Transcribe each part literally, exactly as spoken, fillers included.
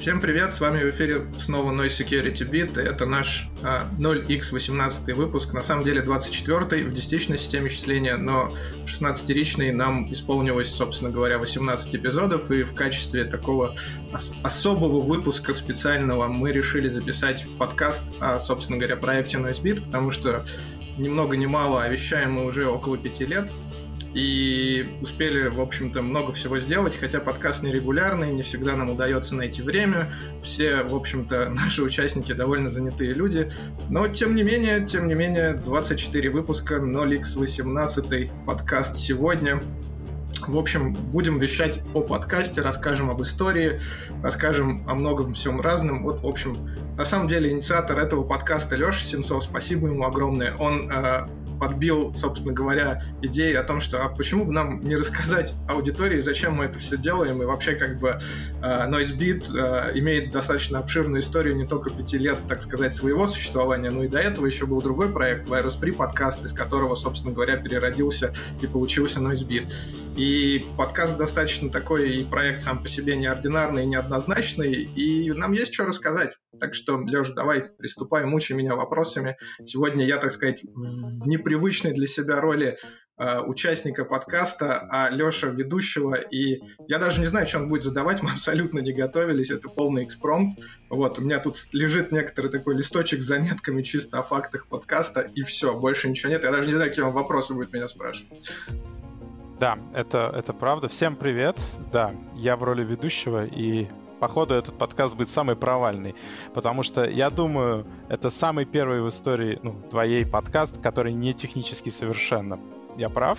Всем привет, с вами в эфире снова Noise Security Beat, и это наш а, ноль икс восемнадцатый выпуск, на самом деле двадцать четвёртый в десятичной системе исчисления, но шестнадцатиричный нам исполнилось, собственно говоря, восемнадцать эпизодов, и в качестве такого ос- особого выпуска специального мы решили записать подкаст о, собственно говоря, проекте Noise Beat, потому что ни много ни мало, а вещаем мы уже около пяти лет, и успели, в общем-то, много всего сделать, хотя подкаст нерегулярный, не всегда нам удается найти время, все, в общем-то, наши участники довольно занятые люди, но, тем не менее, тем не менее, двадцать четыре выпуска, ноль икс восемнадцатый подкаст сегодня. В общем, будем вещать о подкасте, расскажем об истории, расскажем о многом всем разном. Вот, в общем, на самом деле, инициатор этого подкаста Леша Сенцов, спасибо ему огромное, он э, подбил, собственно говоря, идеи о том, что а почему бы нам не рассказать аудитории, зачем мы это все делаем, и вообще как бы э, Noise Beat э, имеет достаточно обширную историю не только пяти лет, так сказать, своего существования, но и до этого еще был другой проект, Virus Free подкаст, из которого, собственно говоря, переродился и получился Noise Beat. И подкаст достаточно такой, и проект сам по себе неординарный и неоднозначный, и нам есть что рассказать. Так что, Леша, давай, приступай, мучай меня вопросами. Сегодня я, так сказать, в непривычной для себя роли э, участника подкаста, а Леша ведущего, и я даже не знаю, что он будет задавать, мы абсолютно не готовились, это полный экспромт. Вот, у меня тут лежит некоторый такой листочек с заметками чисто о фактах подкаста, и все, больше ничего нет. Я даже не знаю, какие он вопросы будет меня спрашивать. Да, это, это правда. Всем привет. Да, я в роли ведущего, и походу этот подкаст будет самый провальный, потому что, я думаю, это самый первый в истории, ну, твоей подкаст, который не технически совершенно. Я прав?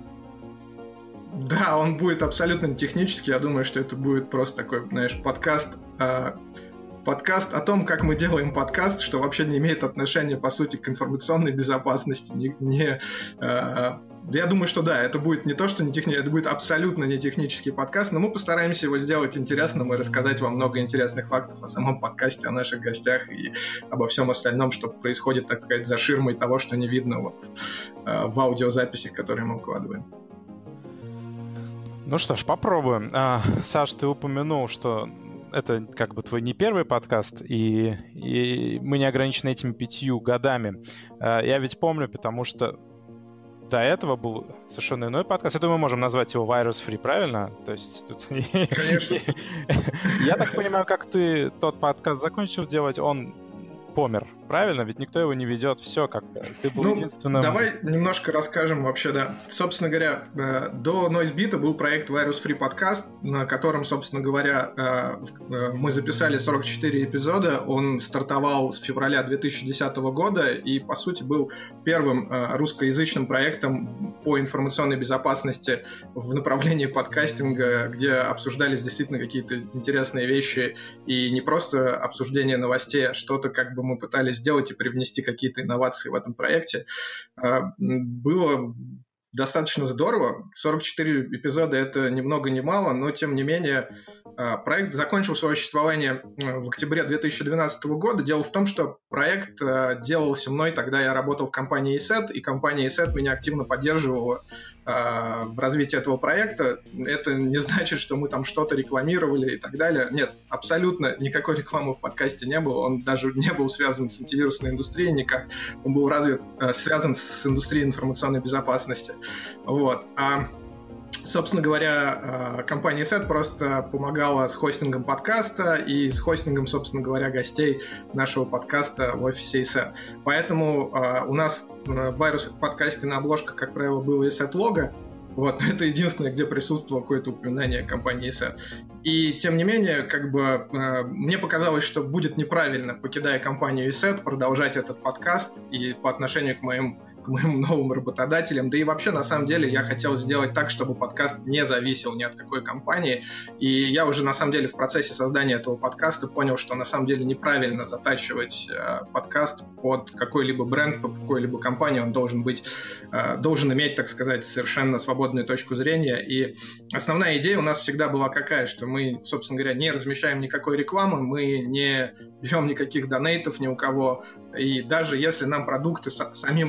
Да, он будет абсолютно не технический. Я думаю, что это будет просто такой, знаешь, подкаст... Э- Подкаст о том, как мы делаем подкаст, что вообще не имеет отношения, по сути, к информационной безопасности. Не, не, э, я думаю, что да, это будет не то, что не технический, это будет абсолютно не технический подкаст, но мы постараемся его сделать интересным и рассказать вам много интересных фактов о самом подкасте, о наших гостях и обо всем остальном, что происходит, так сказать, за ширмой того, что не видно вот, э, в аудиозаписях, которые мы выкладываем. Ну что ж, попробуем. А, Саш, ты упомянул, что это как бы твой не первый подкаст, и, и мы не ограничены этими пятью годами. Я ведь помню, потому что до этого был совершенно иной подкаст. Я думаю, мы можем назвать его Virus Free, правильно? То есть тут... Конечно. Я так понимаю, как ты тот подкаст закончил делать, он помер, правильно? Ведь никто его не ведет, все как ты был ну, единственным... Давай немножко расскажем вообще, да. Собственно говоря, до Noise Beat был проект Virus Free подкаст, на котором, собственно говоря, мы записали сорок четыре эпизода. Он стартовал с февраля две тысячи десятого года и, по сути, был первым русскоязычным проектом по информационной безопасности в направлении подкастинга, где обсуждались действительно какие-то интересные вещи и не просто обсуждение новостей, а что-то как бы мы пытались сделать и привнести какие-то инновации в этом проекте. Было достаточно здорово. сорок четыре эпизода — это ни много ни мало, но, тем не менее, проект закончил свое существование в октябре две тысячи двенадцатого года. Дело в том, что проект делался мной, тогда я работал в компании и сет, и компания и сет меня активно поддерживала в развитии этого проекта. Это не значит, что мы там что-то рекламировали и так далее. Нет, абсолютно никакой рекламы в подкасте не было. Он даже не был связан с антивирусной индустрией никак. Он был развит, связан с индустрией информационной безопасности. Вот. А, собственно говоря, компания и сет просто помогала с хостингом подкаста и с хостингом, собственно говоря, гостей нашего подкаста в офисе и сет. Поэтому у нас в Virus подкасте на обложках, как правило, было и сет-лого. Вот, это единственное, где присутствовало какое-то упоминание компании и сет. И, тем не менее, как бы э, мне показалось, что будет неправильно, покидая компанию и сет, продолжать этот подкаст и по отношению к моим к моим новым работодателям. Да и вообще, на самом деле, я хотел сделать так, чтобы подкаст не зависел ни от какой компании. И я уже, на самом деле, в процессе создания этого подкаста понял, что, на самом деле, неправильно затачивать э, подкаст под какой-либо бренд, под какой-либо компанию. Он должен быть, э, должен иметь, так сказать, совершенно свободную точку зрения. И основная идея у нас всегда была какая, что мы, собственно говоря, не размещаем никакой рекламы, мы не берем никаких донейтов ни у кого. И даже если нам продукты самим нравятся,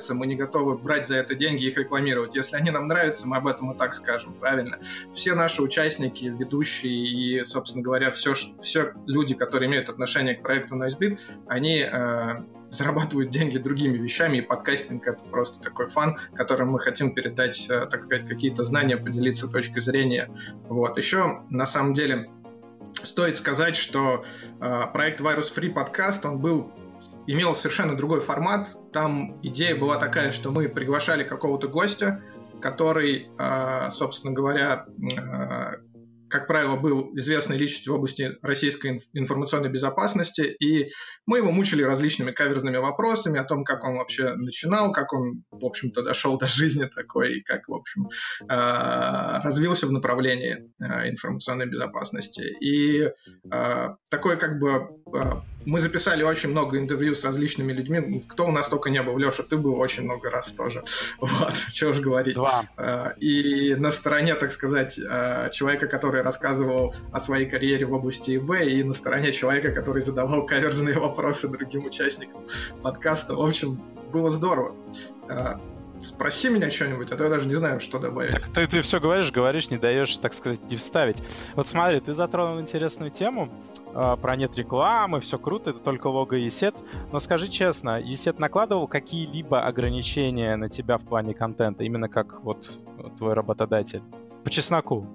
нравятся, мы не готовы брать за это деньги и их рекламировать. Если они нам нравятся, мы об этом и так скажем, правильно? Все наши участники, ведущие и, собственно говоря, все, все люди, которые имеют отношение к проекту NoiseBeat, они э, зарабатывают деньги другими вещами, и подкастинг — это просто такой фан, которым мы хотим передать, э, так сказать, какие-то знания, поделиться точкой зрения. Вот. Еще, на самом деле, стоит сказать, что э, проект Virus Free Podcast, он был, имел совершенно другой формат. Там идея была такая, что мы приглашали какого-то гостя, который, э, собственно говоря, э, как правило, был известной личностью в области российской информационной безопасности, и мы его мучили различными каверзными вопросами о том, как он вообще начинал, как он, в общем-то, дошел до жизни такой, и как, в общем, развился в направлении информационной безопасности. И такой, как бы, мы записали очень много интервью с различными людьми. Кто у нас только не был. Леша, ты был очень много раз тоже. Вот, чего уж говорить. Два. И на стороне, так сказать, человека, который рассказывал о своей карьере в области ИБ, и на стороне человека, который задавал каверзные вопросы другим участникам подкаста. В общем, было здорово. Спроси меня что-нибудь, а то я даже не знаю, что добавить. Так ты, ты все говоришь, говоришь, не даешь, так сказать, не вставить. Вот смотри, ты затронул интересную тему э, про нет рекламы, все круто, это только лого ESET. Но скажи честно, ESET накладывал какие-либо ограничения на тебя в плане контента, именно как вот твой работодатель? По чесноку.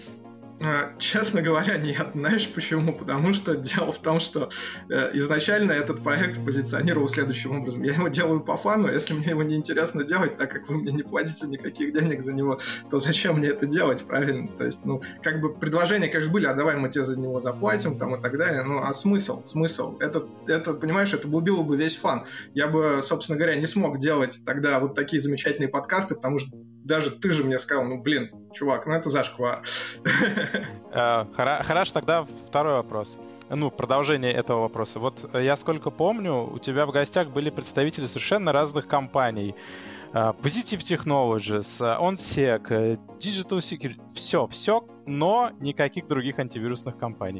Честно говоря, нет. Знаешь почему? Потому что дело в том, что э, изначально этот проект позиционировал следующим образом. Я его делаю по фану, если мне его неинтересно делать, так как вы мне не платите никаких денег за него, то зачем мне это делать, правильно? То есть, ну, как бы предложения, конечно, были, а давай мы тебе за него заплатим, там, и так далее. Ну, а смысл? Смысл? Это, это, понимаешь, это убило бы весь фан. Я бы, собственно говоря, не смог делать тогда вот такие замечательные подкасты, потому что даже ты же мне сказал, ну, блин, чувак, ну это зашквар. Хорошо, тогда второй вопрос. Ну, продолжение этого вопроса. Вот я сколько помню, у тебя в гостях были представители совершенно разных компаний. Positive Technologies, OnSec, Digital Security. Все, все, но никаких других антивирусных компаний.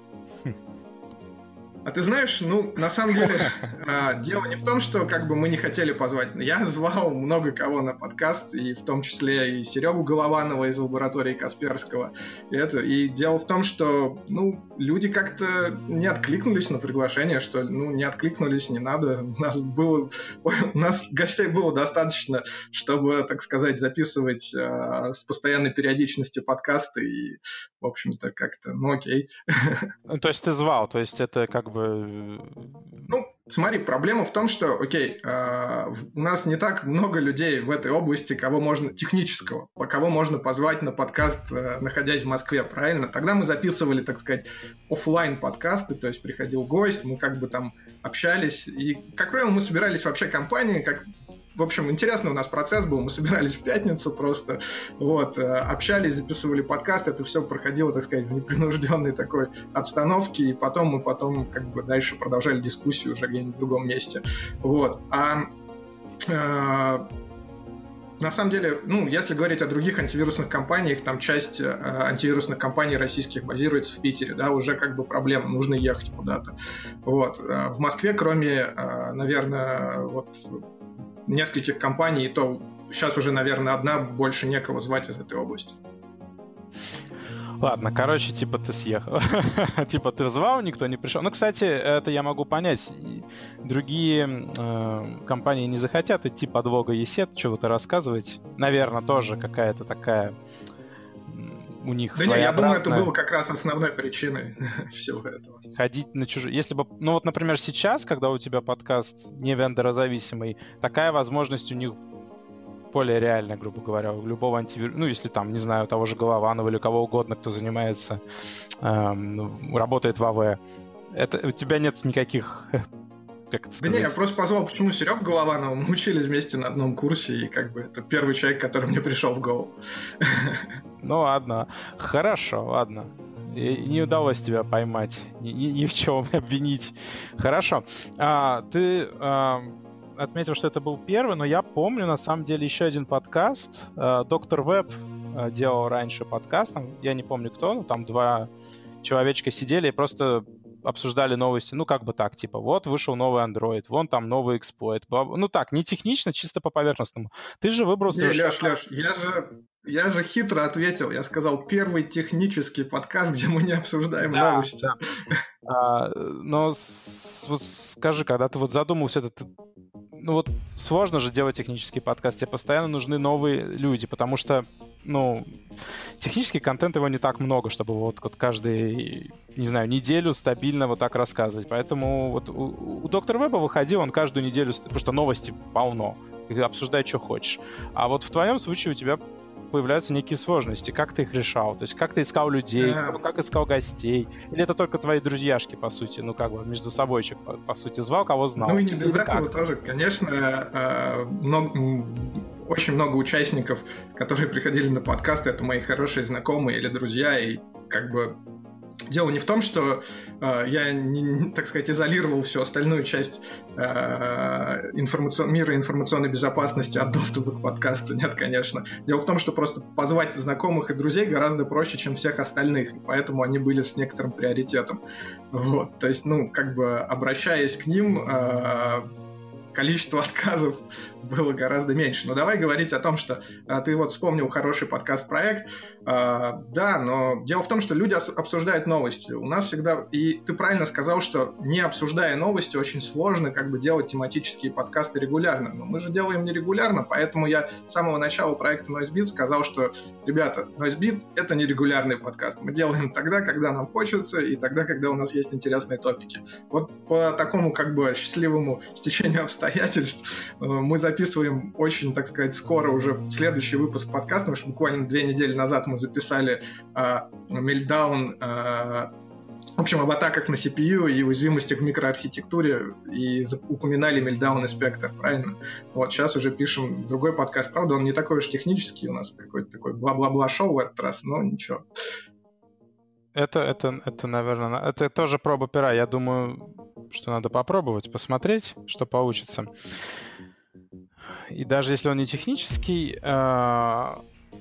А ты знаешь, ну, на самом деле, э, дело не в том, что как бы мы не хотели позвать. Я звал много кого на подкаст, и в том числе и Серегу Голованова из лаборатории Касперского. И, это, и дело в том, что, ну, люди как-то не откликнулись на приглашение, что ли. Ну, не откликнулись, не надо. У нас было, у нас гостей было достаточно, чтобы, так сказать, записывать э, с постоянной периодичностью подкасты. И, в общем-то, как-то, ну, окей. То есть ты звал, то есть это как бы... Ну, смотри, проблема в том, что, окей, э, у нас не так много людей в этой области, кого можно, технического, по кого можно позвать на подкаст, э, находясь в Москве, правильно? Тогда мы записывали, так сказать, офлайн подкасты, то есть приходил гость, мы как бы там общались, и, как правило, мы собирались вообще компанией, как... В общем, интересный у нас процесс был. Мы собирались в пятницу просто, вот, общались, записывали подкаст. Это все проходило, так сказать, в непринужденной такой обстановке. И потом мы потом как бы дальше продолжали дискуссию уже где-нибудь в другом месте. Вот. А э, на самом деле, ну, если говорить о других антивирусных компаниях, там часть э, антивирусных компаний российских базируется в Питере, да, уже как бы проблема, нужно ехать куда-то. Вот. В Москве, кроме, э, наверное, вот... нескольких компаний, и то сейчас уже, наверное, одна, больше некого звать из этой области. Ладно, короче, типа ты съехал. Типа ты звал, никто не пришел. Ну, кстати, это я могу понять. Другие э, компании не захотят идти под лого ESET, чего-то рассказывать. Наверное, тоже какая-то такая у них да своеобразная... не, я думаю, это было как раз основной причиной всего этого. Ходить на чужие... Если бы... Ну вот, например, сейчас, когда у тебя подкаст не вендорозависимый, такая возможность у них более реальная, грубо говоря, у любого антивируса. Ну, если там, не знаю, того же Голованова или кого угодно, кто занимается, эм, работает в АВ. Это... У тебя нет никаких... Как это сказать? Да не, я просто позвал, почему Серегу Голованова. Мы учились вместе на одном курсе, и как бы это первый человек, который мне пришел в голову. Ну ладно, хорошо, ладно. И не удалось тебя поймать, ни, ни в чем обвинить. Хорошо. А, ты а, отметил, что это был первый, но я помню, на самом деле, еще один подкаст. А, Доктор Веб а, делал раньше подкаст, там, я не помню кто, но там два человечка сидели и просто обсуждали новости, ну, как бы так, типа, вот вышел новый Android, вон там новый эксплойт. Ну, так, не технично, чисто по поверхностному. Ты же выбрал Не, совершенно... Леш, Леш, я же, я же хитро ответил. Я сказал, первый технический подкаст, где мы не обсуждаем да, новости. Да. А, но с, вот скажи, когда ты вот задумался, это ты, ну вот сложно же делать технический подкаст, тебе постоянно нужны новые люди, потому что, ну, технический контент его не так много, чтобы вот, вот каждый, не знаю, неделю стабильно вот так рассказывать. Поэтому вот у, у доктора Веба выходил он каждую неделю, потому что новости полно, обсуждай, что хочешь. А вот в твоем случае у тебя появляются некие сложности. Как ты их решал? То есть как ты искал людей, Да. как, как искал гостей? Или это только твои друзьяшки, по сути, ну как бы между собойчик, по, по сути, звал, кого знал? Ну и не без Или этого как? тоже, конечно, много, очень много участников, которые приходили на подкасты, это мои хорошие знакомые или друзья, и как бы дело не в том, что э, я, не, так сказать, изолировал всю остальную часть э, информацион... мира информационной безопасности от доступа к подкасту. Нет, конечно. Дело в том, что просто позвать знакомых и друзей гораздо проще, чем всех остальных. И поэтому они были с некоторым приоритетом. Вот. То есть, ну, как бы обращаясь к ним... Э, количество отказов было гораздо меньше. Но давай говорить о том, что а, ты вот вспомнил хороший подкаст-проект. А, да, но дело в том, что люди обсуждают новости. У нас всегда... И ты правильно сказал, что не обсуждая новости, очень сложно как бы делать тематические подкасты регулярно. Но мы же делаем не регулярно, поэтому я с самого начала проекта NoiseBeat сказал, что, ребята, NoiseBeat — это не регулярный подкаст. Мы делаем тогда, когда нам хочется, и тогда, когда у нас есть интересные топики. Вот по такому как бы счастливому стечению обстоятельств обстоятельств. Мы записываем очень, так сказать, скоро уже следующий выпуск подкаста, потому что буквально две недели назад мы записали uh, Meltdown, uh, в общем, об атаках на си пи ю и уязвимостях в микроархитектуре, и упоминали Meltdown и Spectre, правильно? Вот, сейчас уже пишем другой подкаст. Правда, он не такой уж технический, у нас какой-то такой бла-бла-бла шоу в этот раз, но ничего. Это, это, это, наверное, это тоже проба пера. Я думаю, что надо попробовать, посмотреть, что получится. И даже если он не технический... Э-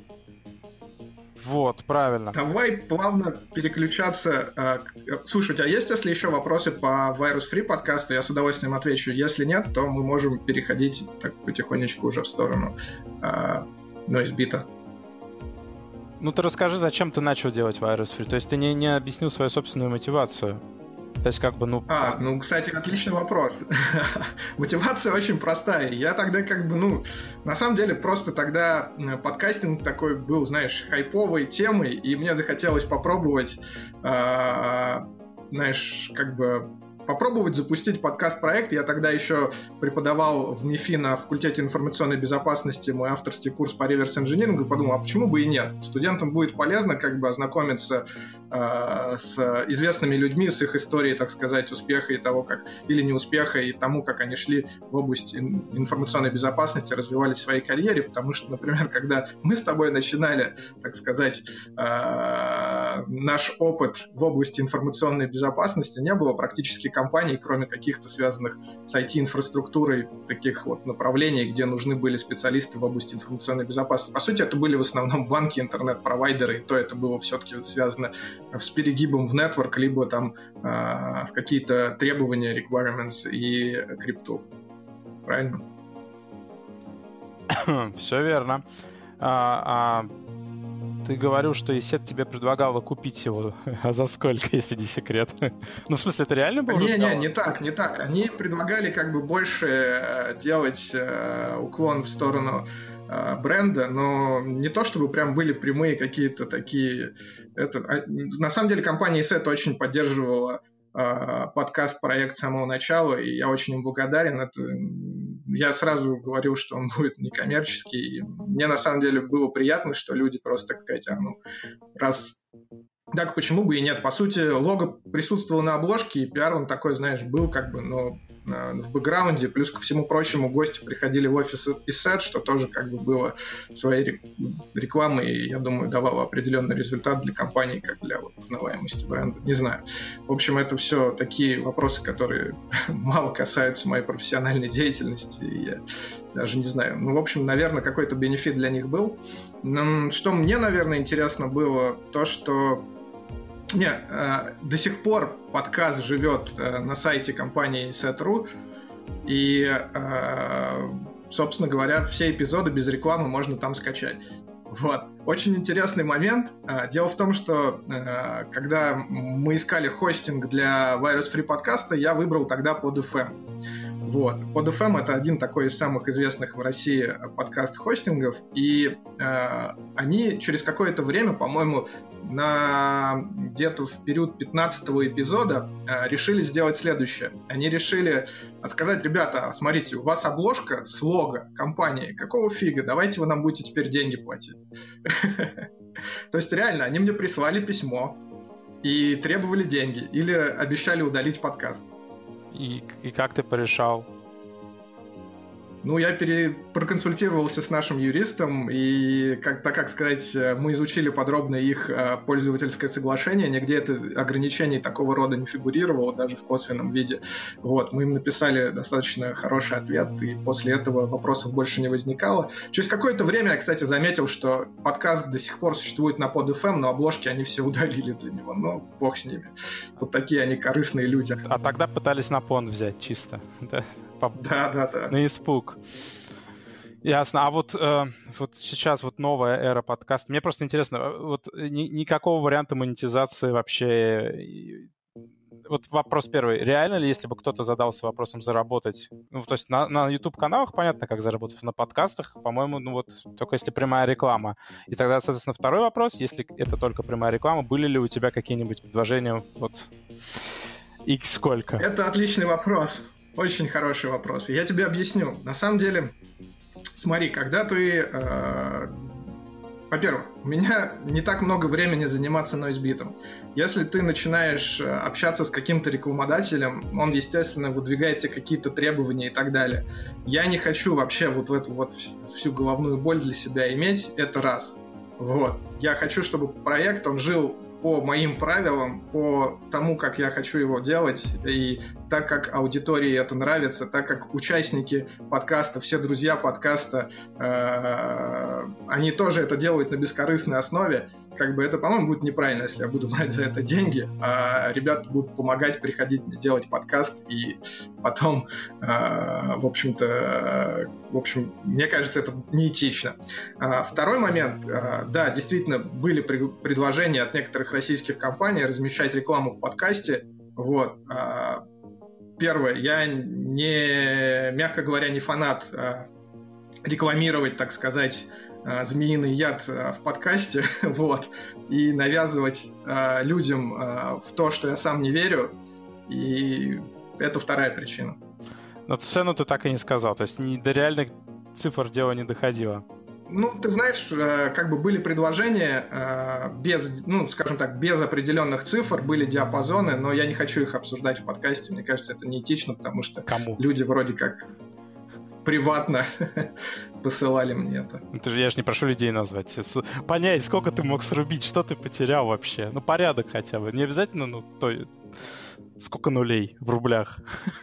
вот, правильно. Давай плавно переключаться. Э- слушай, у тебя есть, если еще вопросы по Virus Free подкасту? Я с удовольствием отвечу. Если нет, то мы можем переходить так потихонечку уже в сторону э- NoiseBeat. Ну, ты расскажи, зачем ты начал делать Virus Free? То есть ты не, не объяснил свою собственную мотивацию. То есть как бы, ну... А, ну, кстати, отличный вопрос. Мотивация очень простая. Я тогда как бы, ну, на самом деле просто тогда подкастинг такой был, знаешь, хайповой темой, и мне захотелось попробовать, э, знаешь, как бы... попробовать запустить подкаст-проект. Я тогда еще преподавал в МИФИ на факультете информационной безопасности мой авторский курс по реверс-инжинирингу и подумал, а почему бы и нет? Студентам будет полезно как бы ознакомиться э, с известными людьми, с их историей, так сказать, успеха и того, как, или неуспеха, и тому, как они шли в область информационной безопасности, развивались в своей карьере, потому что, например, когда мы с тобой начинали, так сказать, э, наш опыт в области информационной безопасности, не было практически компаний, кроме каких-то связанных с ай ти-инфраструктурой, таких вот направлений, где нужны были специалисты в области информационной безопасности. По сути, это были в основном банки, интернет-провайдеры, и то это было все-таки связано с перегибом в нетворк, либо там э, в какие-то требования, requirements и крипту. Правильно? Все верно. А, а... Ты говорил, что Исет тебе предлагала купить его. А за сколько, если не секрет? Ну, в смысле, это реально было? Не-не, не так, не так. Они предлагали как бы больше делать э, уклон в сторону э, бренда, но не то, чтобы прям были прямые какие-то такие... Это... На самом деле компания Исет очень поддерживала э, подкаст-проект с самого начала, и я очень им благодарен. Это... Я сразу говорил, что он будет некоммерческий. И мне на самом деле было приятно, что люди просто, так сказать, а, ну, раз... Так, почему бы и нет? По сути, лого присутствовало на обложке, и пиар он такой, знаешь, был как бы, но в бэкграунде. Плюс ко всему прочему, гости приходили в офис Исет, что тоже как бы было своей рекламой, и, я думаю, давало определенный результат для компании, как для вот, узнаваемости бренда. Не знаю. В общем, это все такие вопросы, которые мало касаются моей профессиональной деятельности, и я даже не знаю. Ну, в общем, наверное, какой-то бенефит для них был. Но что мне, наверное, интересно было, то, что Не, э, до сих пор подкаст живет э, на сайте компании сет точка ру, и, э, собственно говоря, все эпизоды без рекламы можно там скачать. Вот. Очень интересный момент. Дело в том, что э, когда мы искали хостинг для Virus-Free подкаста, я выбрал тогда PodFM. Вот. PodFM — это один такой из самых известных в России подкаст-хостингов, и э, они через какое-то время, по-моему, на где-то в период пятнадцатого эпизода э, решили сделать следующее. Они решили сказать: ребята, смотрите, у вас обложка с лого компании, какого фига, давайте вы нам будете теперь деньги платить. То есть реально, они мне прислали письмо и требовали деньги или обещали удалить подкаст. И, и как ты порешал? Ну, я пере... проконсультировался с нашим юристом, и, как, так как сказать, мы изучили подробно их э, пользовательское соглашение, нигде это ограничение такого рода не фигурировало, даже в косвенном виде. Вот, мы им написали достаточно хороший ответ, и после этого вопросов больше не возникало. Через какое-то время я, кстати, заметил, что подкаст до сих пор существует на PodFM, но обложки они все удалили для него. Ну, бог с ними. Вот такие они корыстные люди. А тогда пытались на понт взять чисто, да? Да, да, да. На испуг. Ясно. А вот, э, вот сейчас вот новая эра подкаста. Мне просто интересно, вот ни, никакого варианта монетизации вообще... Вот вопрос первый. Реально ли, если бы кто-то задался вопросом заработать? Ну, то есть на, на YouTube-каналах понятно, как заработать. На подкастах, по-моему, ну вот только если прямая реклама. И тогда, соответственно, второй вопрос. Если это только прямая реклама, были ли у тебя какие-нибудь предложения? Вот X сколько? Это отличный вопрос. Очень хороший вопрос. Я тебе объясню. На самом деле, смотри, когда ты... Э, во-первых, у меня не так много времени заниматься нойзбитом. Если ты начинаешь общаться с каким-то рекламодателем, он, естественно, выдвигает тебе какие-то требования и так далее. Я не хочу вообще вот эту вот всю головную боль для себя иметь. Это раз. Вот. Я хочу, чтобы проект, он жил по моим правилам, по тому, как я хочу его делать, и так как аудитории это нравится, так как участники подкаста, все друзья подкаста, э, они тоже это делают на бескорыстной основе. Как бы это, по-моему, будет неправильно, если я буду брать за это деньги, а ребята будут помогать приходить мне делать подкаст, и потом, э, в общем-то, э, в общем, мне кажется, это неэтично. А, второй момент, э, да, действительно, были при- предложения от некоторых российских компаний размещать рекламу в подкасте. Вот. А, первое, я не, мягко говоря, не фанат а, рекламировать, так сказать, змеиный яд в подкасте, вот, и навязывать э, людям э, в то, что я сам не верю, и это вторая причина. Но цену ты так и не сказал, то есть не, до реальных цифр дело не доходило. Ну, ты знаешь, э, как бы были предложения э, без, ну, скажем так, без определенных цифр, были диапазоны, но я не хочу их обсуждать в подкасте, мне кажется, это неэтично, потому что Кому? Люди вроде как приватно посылали мне это. Ты же, я же не прошу людей назвать. Понять, сколько ты мог срубить, что ты потерял вообще. Ну, порядок хотя бы. Не обязательно, ну, то... Сколько нулей в рублях?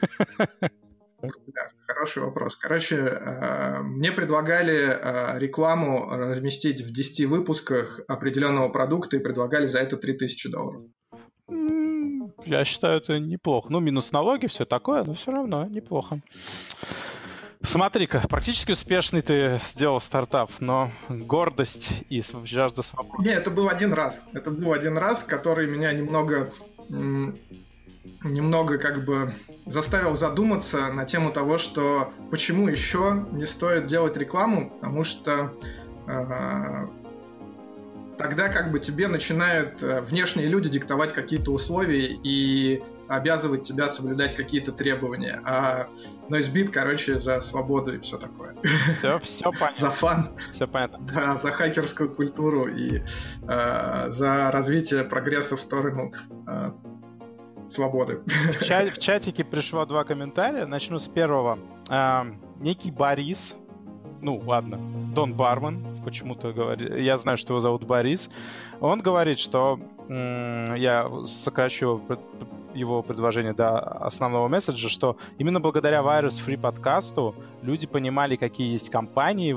Да, хороший вопрос. Короче, э, мне предлагали э, рекламу разместить в десяти выпусках определенного продукта и предлагали за это три тысячи долларов. Я считаю, это неплохо. Ну, минус налоги, все такое, но все равно неплохо. Смотри-ка, практически успешный ты сделал стартап, но гордость и жажда свободы. Не, это был один раз. Это был один раз, который меня немного, немного как бы заставил задуматься на тему того, что почему еще не стоит делать рекламу, потому что э, тогда как бы тебе начинают внешние люди диктовать какие-то условия и обязывать тебя соблюдать какие-то требования. А нойзбит, короче, за свободу и все такое. Все, все понятно. За фан. Все понятно. Да, за хакерскую культуру и э, за развитие прогресса в сторону э, свободы. В, чат, в чатике пришло два комментария. Начну с первого. Э, некий Борис, ну ладно, Дон Барман, почему-то говорит, я знаю, что его зовут Борис, он говорит, что м- я сокращу его предложение до основного месседжа, что именно благодаря Virus-Free подкасту люди понимали, какие есть компании в,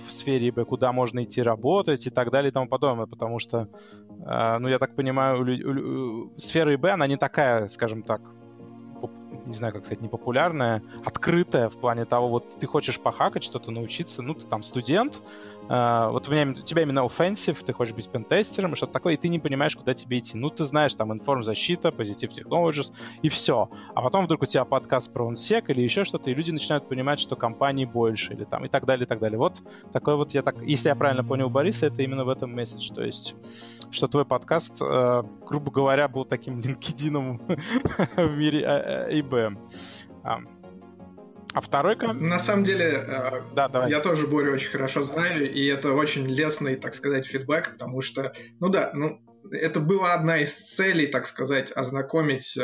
в сфере ИБ, куда можно идти работать и так далее и тому подобное, потому что, э, ну, я так понимаю, у, у, у, сфера ИБ, она не такая, скажем так, не знаю, как сказать, непопулярная, открытая в плане того, вот ты хочешь похакать, что-то научиться, ну, ты там студент, э, вот у, меня, у тебя именно offensive, ты хочешь быть пентестером и что-то такое, и ты не понимаешь, куда тебе идти. Ну, ты знаешь, там, информзащита, Positive Technologies и все. А потом вдруг у тебя подкаст про онсек или еще что-то, и люди начинают понимать, что компаний больше, или там, и так далее, и так далее. Вот такой вот, я так, если я правильно понял Бориса, это именно в этом месседж, то есть, что твой подкаст, э, грубо говоря, был таким LinkedIn в мире ИБ. А, а второй коммент... На самом деле, да, я тоже Борю очень хорошо знаю, и это очень лестный, так сказать, фидбэк, потому что, ну да, ну, это была одна из целей, так сказать, ознакомить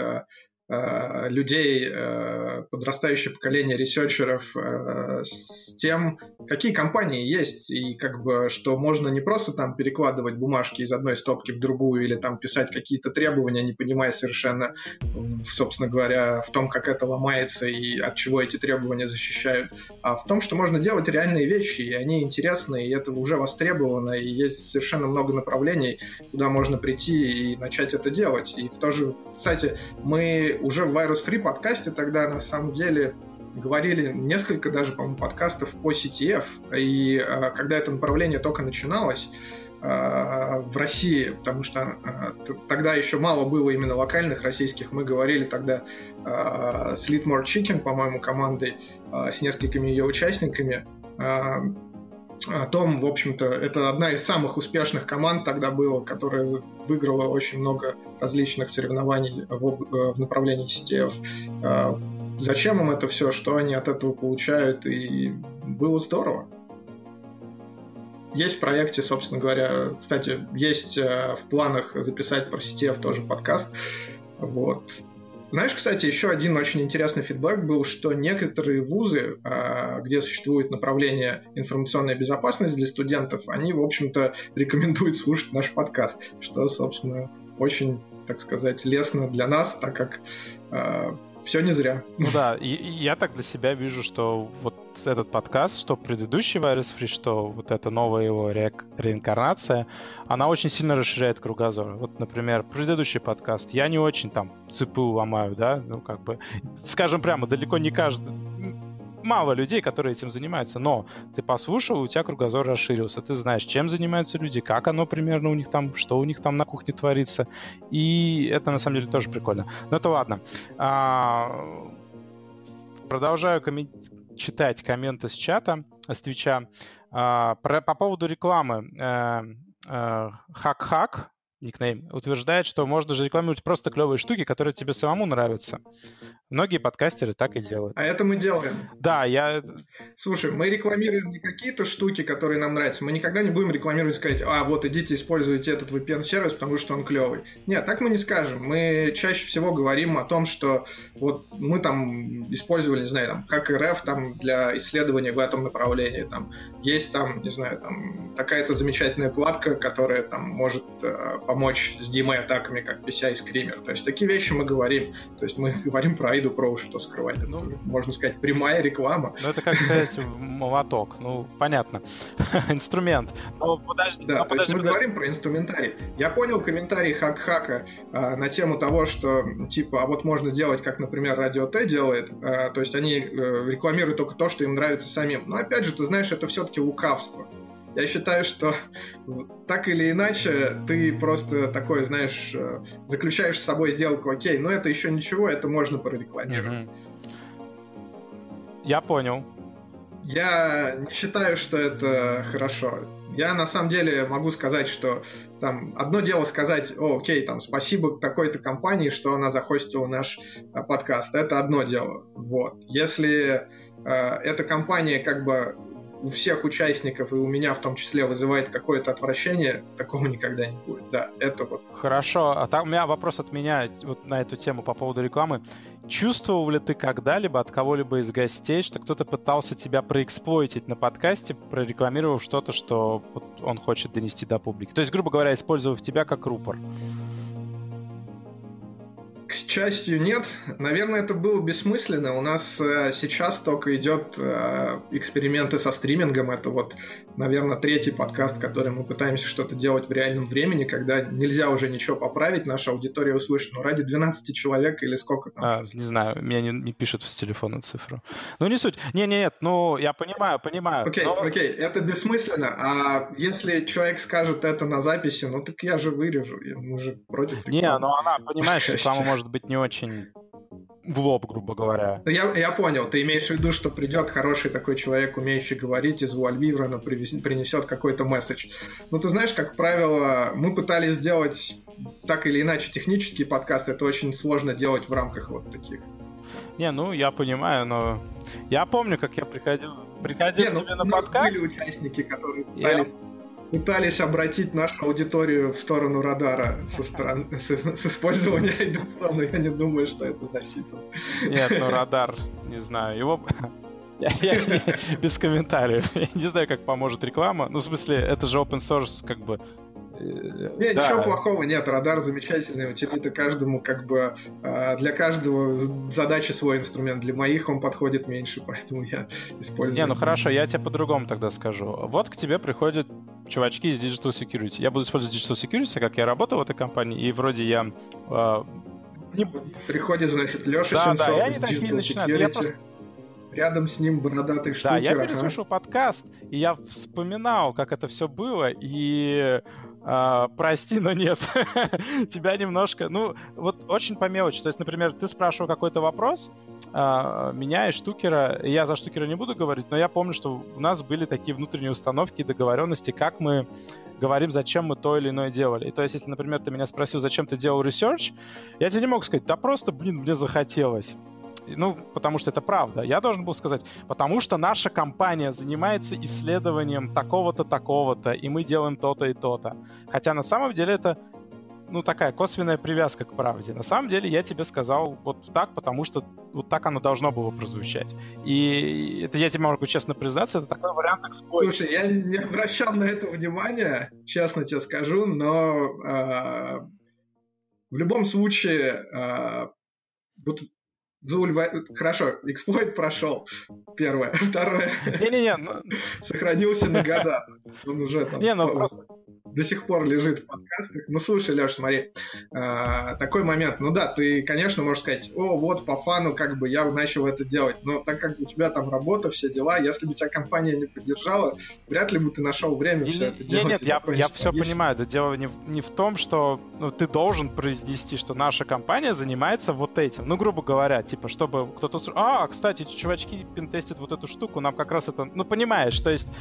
людей, подрастающее поколение ресерчеров с тем, какие компании есть, и как бы, что можно не просто там перекладывать бумажки из одной стопки в другую или там писать какие-то требования, не понимая совершенно, собственно говоря, в том, как это ломается и от чего эти требования защищают, а в том, что можно делать реальные вещи, и они интересны, и это уже востребовано, и есть совершенно много направлений, куда можно прийти и начать это делать. И в то же, кстати, мы уже в Virus Free подкасте тогда на самом деле говорили несколько даже, по-моему, подкастов по си ти эф, и э, когда это направление только начиналось э, в России, потому что э, тогда еще мало было именно локальных российских, мы говорили тогда э, с Litmore Chicken, по-моему, командой, э, с несколькими ее участниками, э, о том, в общем-то, это одна из самых успешных команд тогда была, которая выиграла очень много различных соревнований в, в направлении си ти эф. Зачем им это все, что они от этого получают, и было здорово. Есть в проекте, собственно говоря, кстати, есть в планах записать про си ти эф тоже подкаст. Вот. Знаешь, кстати, еще один очень интересный фидбэк был, что некоторые вузы, где существует направление информационная безопасность для студентов, они, в общем-то, рекомендуют слушать наш подкаст, что, собственно, очень, так сказать, лестно для нас, так как э, все не зря. Ну да, и, и я так для себя вижу, что вот этот подкаст, что предыдущий Virus Free, что вот эта новая его ре- реинкарнация, она очень сильно расширяет кругозор. Вот, например, предыдущий подкаст, я не очень там ЦПУ ломаю, да, ну как бы, скажем прямо, далеко не каждый... Мало людей, которые этим занимаются, но ты послушал, у тебя кругозор расширился. Ты знаешь, чем занимаются люди, как оно примерно у них там, что у них там на кухне творится. И это, на самом деле, тоже прикольно. Но это ладно. А, продолжаю коммен... читать комменты с чата, с Твича. А, про... По поводу рекламы. А, а, Хак-хак, никнейм, утверждает, что можно же рекламировать просто клевые штуки, которые тебе самому нравятся. Многие подкастеры так и делают. А это мы делаем. Да, я... Слушай, мы рекламируем не какие-то штуки, которые нам нравятся. Мы никогда не будем рекламировать, сказать, а вот идите используйте этот ви пи эн-сервис, потому что он клевый. Нет, так мы не скажем. Мы чаще всего говорим о том, что вот мы там использовали, не знаю, там, как эр эф там, для исследования в этом направлении. Там есть там, не знаю, там такая-то замечательная платка, которая там может э, помочь с ди эм эй-атаками, как пи си ай-скример. То есть такие вещи мы говорим. То есть мы говорим про Aido Pro, что скрывать. Это, ну, можно сказать, прямая реклама. Ну, это, как сказать, молоток. Ну, понятно. Инструмент. Но подожди, да, но то подожди, есть мы подожди. говорим про инструментарий. Я понял комментарий Хак-Хака а, на тему того, что, типа, а вот можно делать, как, например, Радио Т делает. А, то есть они а, рекламируют только то, что им нравится самим. Но, опять же, ты знаешь, это все-таки лукавство. Я считаю, что так или иначе ты просто такой, знаешь, заключаешь с собой сделку, окей, но это еще ничего, это можно прорекламировать. Угу. Я понял. Я не считаю, что это хорошо. Я на самом деле могу сказать, что там одно дело сказать, о, окей, там спасибо такой-то компании, что она захостила наш а, подкаст. Это одно дело. Вот. Если а, эта компания как бы у всех участников, и у меня в том числе, вызывает какое-то отвращение, такого никогда не будет. Да, это вот. Хорошо. А там у меня вопрос от меня вот на эту тему по поводу рекламы. Чувствовал ли ты когда-либо от кого-либо из гостей, что кто-то пытался тебя проэксплойтить на подкасте, прорекламировав что-то, что вот он хочет донести до публики? То есть, грубо говоря, использовав тебя как рупор. К счастью, нет. Наверное, это было бессмысленно. У нас э, сейчас только идет э, эксперименты со стримингом. Это вот, наверное, третий подкаст, который мы пытаемся что-то делать в реальном времени, когда нельзя уже ничего поправить, наша аудитория услышит. Но ради двенадцати человек или сколько там? А, не знаю, меня не, не пишут с телефона цифру. Ну, не суть. Не-не-нет, ну, я понимаю, понимаю. Окей, но... окей, это бессмысленно. А если человек скажет это на записи, ну так я же вырежу. Мы же против рекламы. Не, ну она, понимаешь, реклама может быть не очень в лоб, грубо говоря. Я, я понял, ты имеешь в виду, что придет хороший такой человек, умеющий говорить, из Вуальвиврена принесет какой-то месседж. Ну, ты знаешь, как правило, мы пытались сделать так или иначе технический подкаст, это очень сложно делать в рамках вот таких. Не, ну, я понимаю, но я помню, как я приходил, приходил Не, тебе ну, на подкаст. Были участники, которые пытались... Я... пытались обратить нашу аудиторию в сторону радара со стороны, с, с использованием ай ди про, но я не думаю, что это засчитано. Нет, ну радар, не знаю, его... Я, я, без комментариев. Я не знаю, как поможет реклама. Ну, в смысле, это же open source, как бы... Нет, да. Ничего плохого нет. Радар замечательный. Утилита каждому, как бы, для каждого задачи свой инструмент. Для моих он подходит меньше, поэтому я использую. Не, ну хорошо, я тебе по-другому тогда скажу. Вот к тебе приходят чувачки из Digital Security. Я буду использовать Digital Security, как я работал в этой компании, и вроде я... Э, не... Приходит, значит, Леша да, Сенцов да, из Digital Security. Я просто... Рядом с ним бородатый штукер. Да, я переслушал ага. подкаст, и я вспоминал, как это все было, и... Uh, прости, но нет. Тебя немножко... Ну, вот очень по мелочи. То есть, например, ты спрашивал какой-то вопрос, uh, меня и штукера... Я за штукера не буду говорить, но я помню, что у нас были такие внутренние установки и договоренности, как мы говорим, зачем мы то или иное делали. И то есть, если, например, ты меня спросил, зачем ты делал ресерч, я тебе не мог сказать, да просто, блин, мне захотелось. Ну, потому что это правда. Я должен был сказать, потому что наша компания занимается исследованием такого-то, такого-то, и мы делаем то-то и то-то. Хотя на самом деле это, ну, такая косвенная привязка к правде. На самом деле я тебе сказал вот так, потому что вот так оно должно было прозвучать. И это я тебе могу честно признаться, это такой вариант эксплойта. Слушай, я не обращал на это внимания, честно тебе скажу, но э, в любом случае э, вот Зуль, хорошо, эксплойт прошел. Первое. Второе. Не-не-не. Ну... Сохранился на года. Он уже там не, ну, просто... до сих пор лежит в подкастах. Ну, слушай, Леш, смотри. А, такой момент. Ну да, ты, конечно, можешь сказать, о, вот по фану как бы я начал это делать. Но так как у тебя там работа, все дела, если бы тебя компания не поддержала, вряд ли бы ты нашел время не, все не, это делать. Нет, нет, я, я все есть... понимаю. Это дело не, не в том, что ну, ты должен произнести, что наша компания занимается вот этим. Ну, грубо говоря, типа, чтобы кто-то... А, кстати, чувачки пентестят вот эту штуку, нам как раз это... Ну, понимаешь, то есть...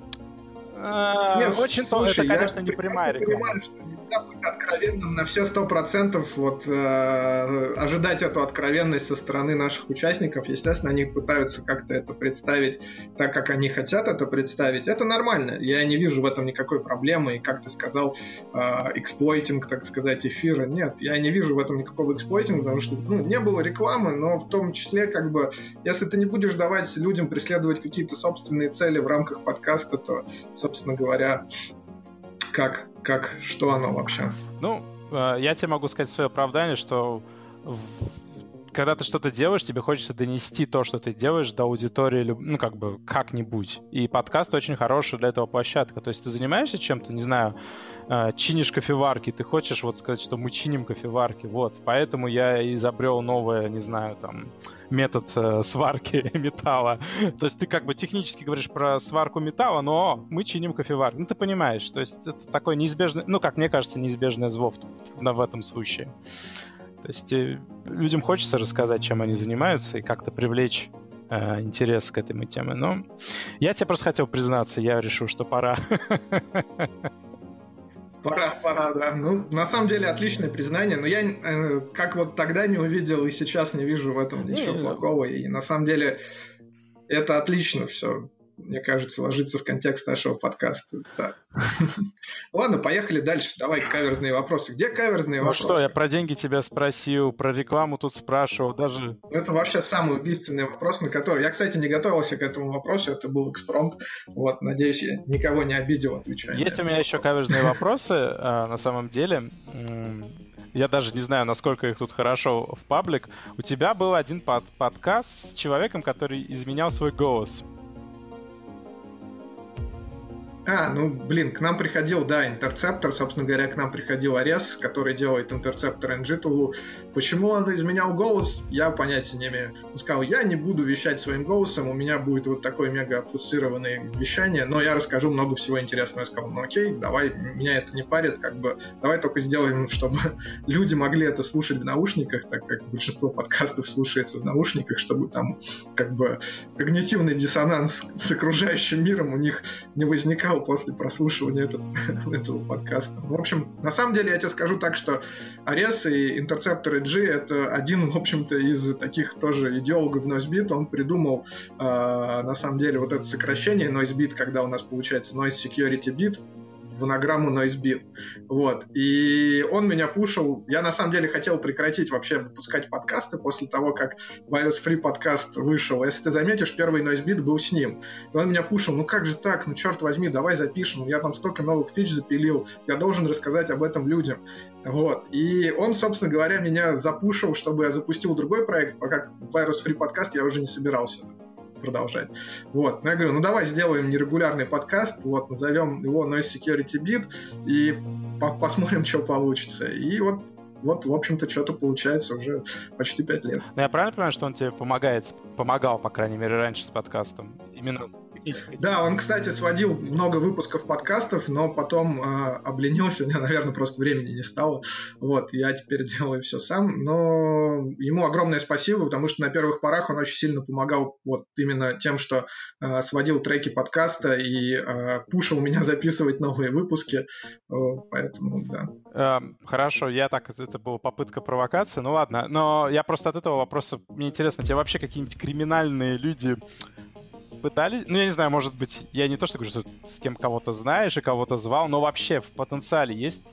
Э, Нет, очень слушай, то, это, конечно, я не прямая реклама. Понимаю, что нельзя быть откровенным на все сто процентов. Вот, э, ожидать эту откровенность со стороны наших участников. Естественно, они пытаются как-то это представить так, как они хотят это представить. Это нормально. Я не вижу в этом никакой проблемы. И, как ты сказал, э, эксплойтинг, так сказать, эфира. Нет, я не вижу в этом никакого эксплойтинга, потому что ну, не было рекламы, но в том числе, как бы, если ты не будешь давать людям преследовать какие-то собственные цели в рамках подкаста, то, собственно говоря, как, как, что оно вообще? Ну, я тебе могу сказать свое оправдание, что когда ты что-то делаешь, тебе хочется донести то, что ты делаешь, до аудитории, ну, как бы, как-нибудь. И подкаст очень хороший для этого площадка. То есть ты занимаешься чем-то, не знаю, чинишь кофеварки, ты хочешь вот сказать, что мы чиним кофеварки, вот. Поэтому я изобрел новое, не знаю, там, метод э, сварки металла. То есть ты как бы технически говоришь про сварку металла, но мы чиним кофеварки. Ну, ты понимаешь, то есть это такое неизбежное, ну, как мне кажется, неизбежное зло в, в, в этом случае. То есть э, людям хочется рассказать, чем они занимаются, и как-то привлечь э, интерес к этой теме. Но я тебе просто хотел признаться, я решил, что пора. Пора, пора, да. Ну, на самом деле, отличное признание, но я э, как вот тогда не увидел и сейчас не вижу в этом ничего плохого. И на самом деле это отлично все. мне кажется, ложится в контекст нашего подкаста. Да. Ладно, поехали дальше. Давай каверзные вопросы. Где каверзные ну вопросы? Ну что, я про деньги тебя спросил, про рекламу тут спрашивал, даже... Это вообще самый убийственный вопрос, на который... Я, кстати, не готовился к этому вопросу, это был экспромт. Вот, надеюсь, я никого не обидел, отвечая. Есть у меня еще каверзные вопросы, на самом деле. Я даже не знаю, насколько их тут хорошо в паблик. У тебя был один под- подкаст с человеком, который изменял свой голос. А, ну, блин, к нам приходил, да, Интерцептор, собственно говоря, к нам приходил Арес, который делает Интерцептор эн джи Tool. Почему он изменял голос, я понятия не имею. Он сказал, я не буду вещать своим голосом, у меня будет вот такое мега обфусцированное вещание, но я расскажу много всего интересного. Я сказал, ну окей, давай, меня это не парит, как бы, давай только сделаем, чтобы люди могли это слушать в наушниках, так как большинство подкастов слушается в наушниках, чтобы там, как бы, когнитивный диссонанс с окружающим миром у них не возникал после прослушивания этот, этого подкаста. В общем, на самом деле я тебе скажу так, что Арес и Интерцептор эн джи это один, в общем-то, из таких тоже идеологов NoiseBeat. Он придумал э, на самом деле вот это сокращение NoiseBeat, когда у нас получается Noise Security Beat, в анаграмму NoiseBeat. Вот. И он меня пушил. Я на самом деле хотел прекратить вообще выпускать подкасты после того, как Virus Free подкаст вышел. Если ты заметишь, первый NoiseBeat был с ним. И он меня пушил. Ну как же так? Ну черт возьми, давай запишем. Я там столько новых фич запилил. Я должен рассказать об этом людям. Вот. И он, собственно говоря, меня запушил, чтобы я запустил другой проект, пока Virus Free подкаст я уже не собирался продолжать. Вот. Я говорю, ну давай сделаем нерегулярный подкаст, вот, назовем его Noise Security Beat и по- посмотрим, что получится. И вот, вот, в общем-то, что-то получается уже почти пять лет. Но я правильно понимаю, что он тебе помогает, помогал, по крайней мере, раньше с подкастом? Именно Да, он, кстати, сводил много выпусков подкастов, но потом э, обленился, у меня, наверное, просто времени не стало. Вот, я теперь делаю все сам, но ему огромное спасибо, потому что на первых порах он очень сильно помогал вот именно тем, что э, сводил треки подкаста и э, пушил меня записывать новые выпуски, вот, поэтому, да. Эм, хорошо, я так, это была попытка провокации, ну ладно, но я просто от этого вопроса, мне интересно, тебе вообще какие-нибудь криминальные люди пытались, ну, я не знаю, может быть, я не то, что говорю, что с кем кого-то знаешь и кого-то звал, но вообще в потенциале есть,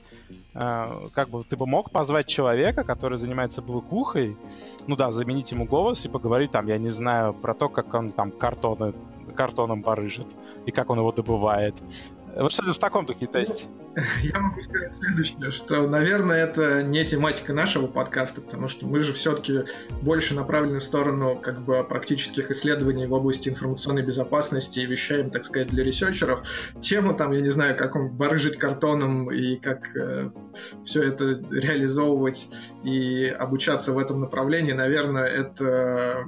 э, как бы, ты бы мог позвать человека, который занимается блэкухой, ну да, заменить ему голос и поговорить там, я не знаю, про то, как он там картоны, картоном барыжит и как он его добывает. Вот что-то в таком духе тесте. Я могу сказать следующее, что, наверное, это не тематика нашего подкаста, потому что мы же все-таки больше направлены в сторону как бы практических исследований в области информационной безопасности и вещаем, так сказать, для ресерчеров. Тему там, я не знаю, как он барыжить картоном и как э, все это реализовывать и обучаться в этом направлении, наверное, это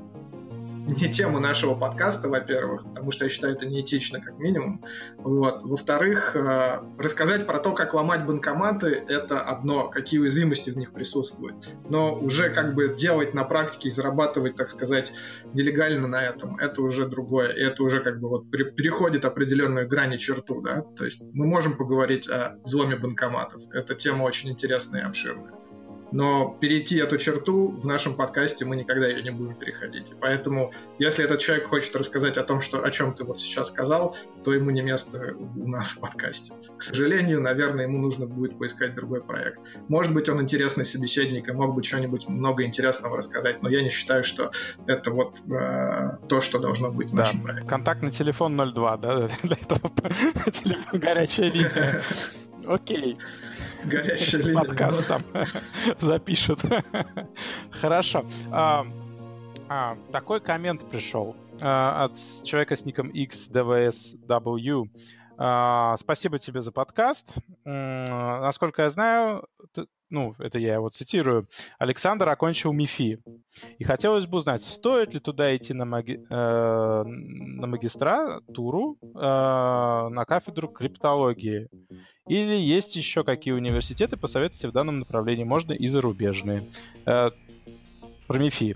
не тема нашего подкаста, во-первых, потому что я считаю, это неэтично, как минимум. Вот. Во-вторых, э, рассказать про то, как ломать банкоматы, это одно, какие уязвимости в них присутствуют. Но уже как бы делать на практике и зарабатывать, так сказать, нелегально на этом, это уже другое. И это уже как бы вот переходит определенную грань и черту, да. То есть мы можем поговорить о взломе банкоматов. Эта тема очень интересная и обширная. Но перейти эту черту в нашем подкасте мы никогда ее не будем переходить. И поэтому, если этот человек хочет рассказать о том, что, о чем ты вот сейчас сказал, то ему не место у нас в подкасте. К сожалению, наверное, ему нужно будет поискать другой проект. Может быть, он интересный собеседник и мог бы что-нибудь много интересного рассказать, но я не считаю, что это вот э, то, что должно быть в да. нашем проекте. Контактный телефон ноль два, да? Для этого телефон горячая линия. Окей. Горящая линия. Подкаст там запишут. Хорошо. А, а, такой коммент пришел а, от человека с ником икс ди ви эс дабл ю. А, спасибо тебе за подкаст. М-м, насколько я знаю, ты, ну, это я его цитирую, Александр окончил МИФИ. И хотелось бы узнать, стоит ли туда идти на, маги... э, на магистратуру, э, на кафедру криптологии. Или есть еще какие университеты, посоветуйте в данном направлении. Можно и зарубежные. Э, про МИФИ.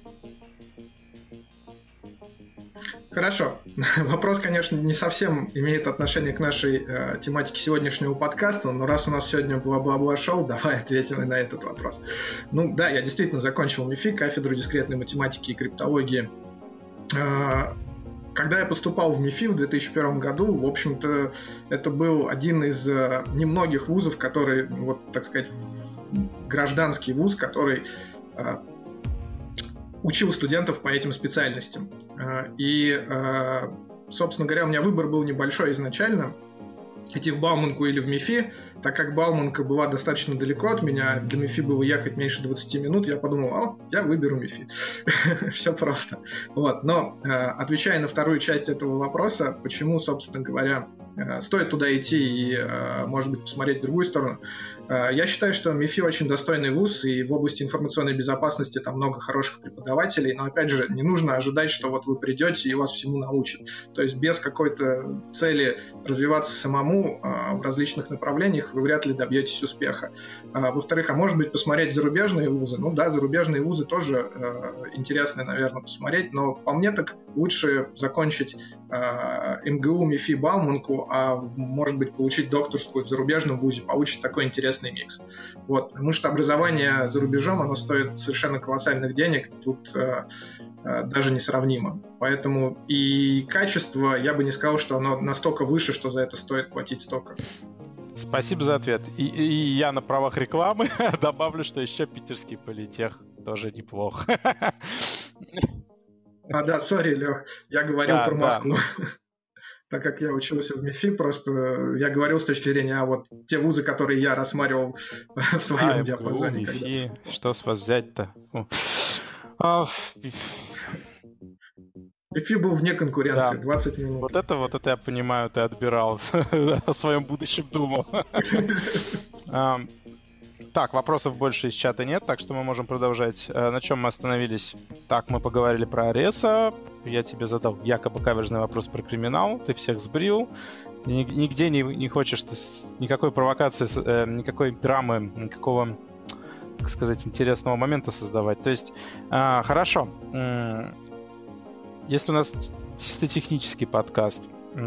Хорошо. Вопрос, конечно, не совсем имеет отношение к нашей э, тематике сегодняшнего подкаста, но раз у нас сегодня бла-бла-бла-шоу, давай ответим и на этот вопрос. Ну да, я действительно закончил МИФИ, кафедру дискретной математики и криптологии. Э, когда я поступал в МИФИ в две тысячи первом году, в общем-то, это был один из немногих вузов, который, вот, так сказать, гражданский вуз, который учил студентов по этим специальностям. И, собственно говоря, у меня выбор был небольшой изначально, идти в Бауманку или в МИФИ. Так как Бауманка была достаточно далеко от меня, для МИФИ было ехать меньше двадцати минут, я подумал, о, я выберу МИФИ. Все просто. Вот. Но, отвечая на вторую часть этого вопроса, почему, собственно говоря, стоит туда идти и, может быть, посмотреть в другую сторону, я считаю, что МИФИ очень достойный вуз, и в области информационной безопасности там много хороших преподавателей, но, опять же, не нужно ожидать, что вот вы придете и вас всему научат. То есть без какой-то цели развиваться самому в различных направлениях вы вряд ли добьетесь успеха. Во-вторых, а может быть, посмотреть зарубежные вузы? Ну да, зарубежные вузы тоже интересно, наверное, посмотреть, но по мне так лучше закончить МГУ, МИФИ, Бауманку, а может быть, получить докторскую в зарубежном вузе, получить такой интересный микс. Вот. Потому что образование за рубежом, оно стоит совершенно колоссальных денег, тут э, э, даже несравнимо. Поэтому и качество, я бы не сказал, что оно настолько выше, что за это стоит платить столько. Спасибо за ответ. И, и я на правах рекламы добавлю, что еще питерский политех тоже неплох. А, да, сори, Лех, я говорил да, про Москву. Да. Так как я учился в МИФИ, просто я говорил с точки зрения, а вот те вузы, которые я рассматривал в своем а, диапазоне. МИФИ, что с вас взять-то? А, МИФИ был вне конкуренции, да. двадцать минут. Вот это, вот это я понимаю, ты отбирал, о своем будущем думал. Так, вопросов больше из чата нет, так что мы можем продолжать. На чем мы остановились? Так, мы поговорили про Ареса. Я тебе задал якобы каверзный вопрос про криминал. Ты всех сбрил. Нигде не, не хочешь ты, никакой провокации, никакой драмы, никакого, так сказать, интересного момента создавать. То есть, хорошо. Если у нас чисто технический подкаст,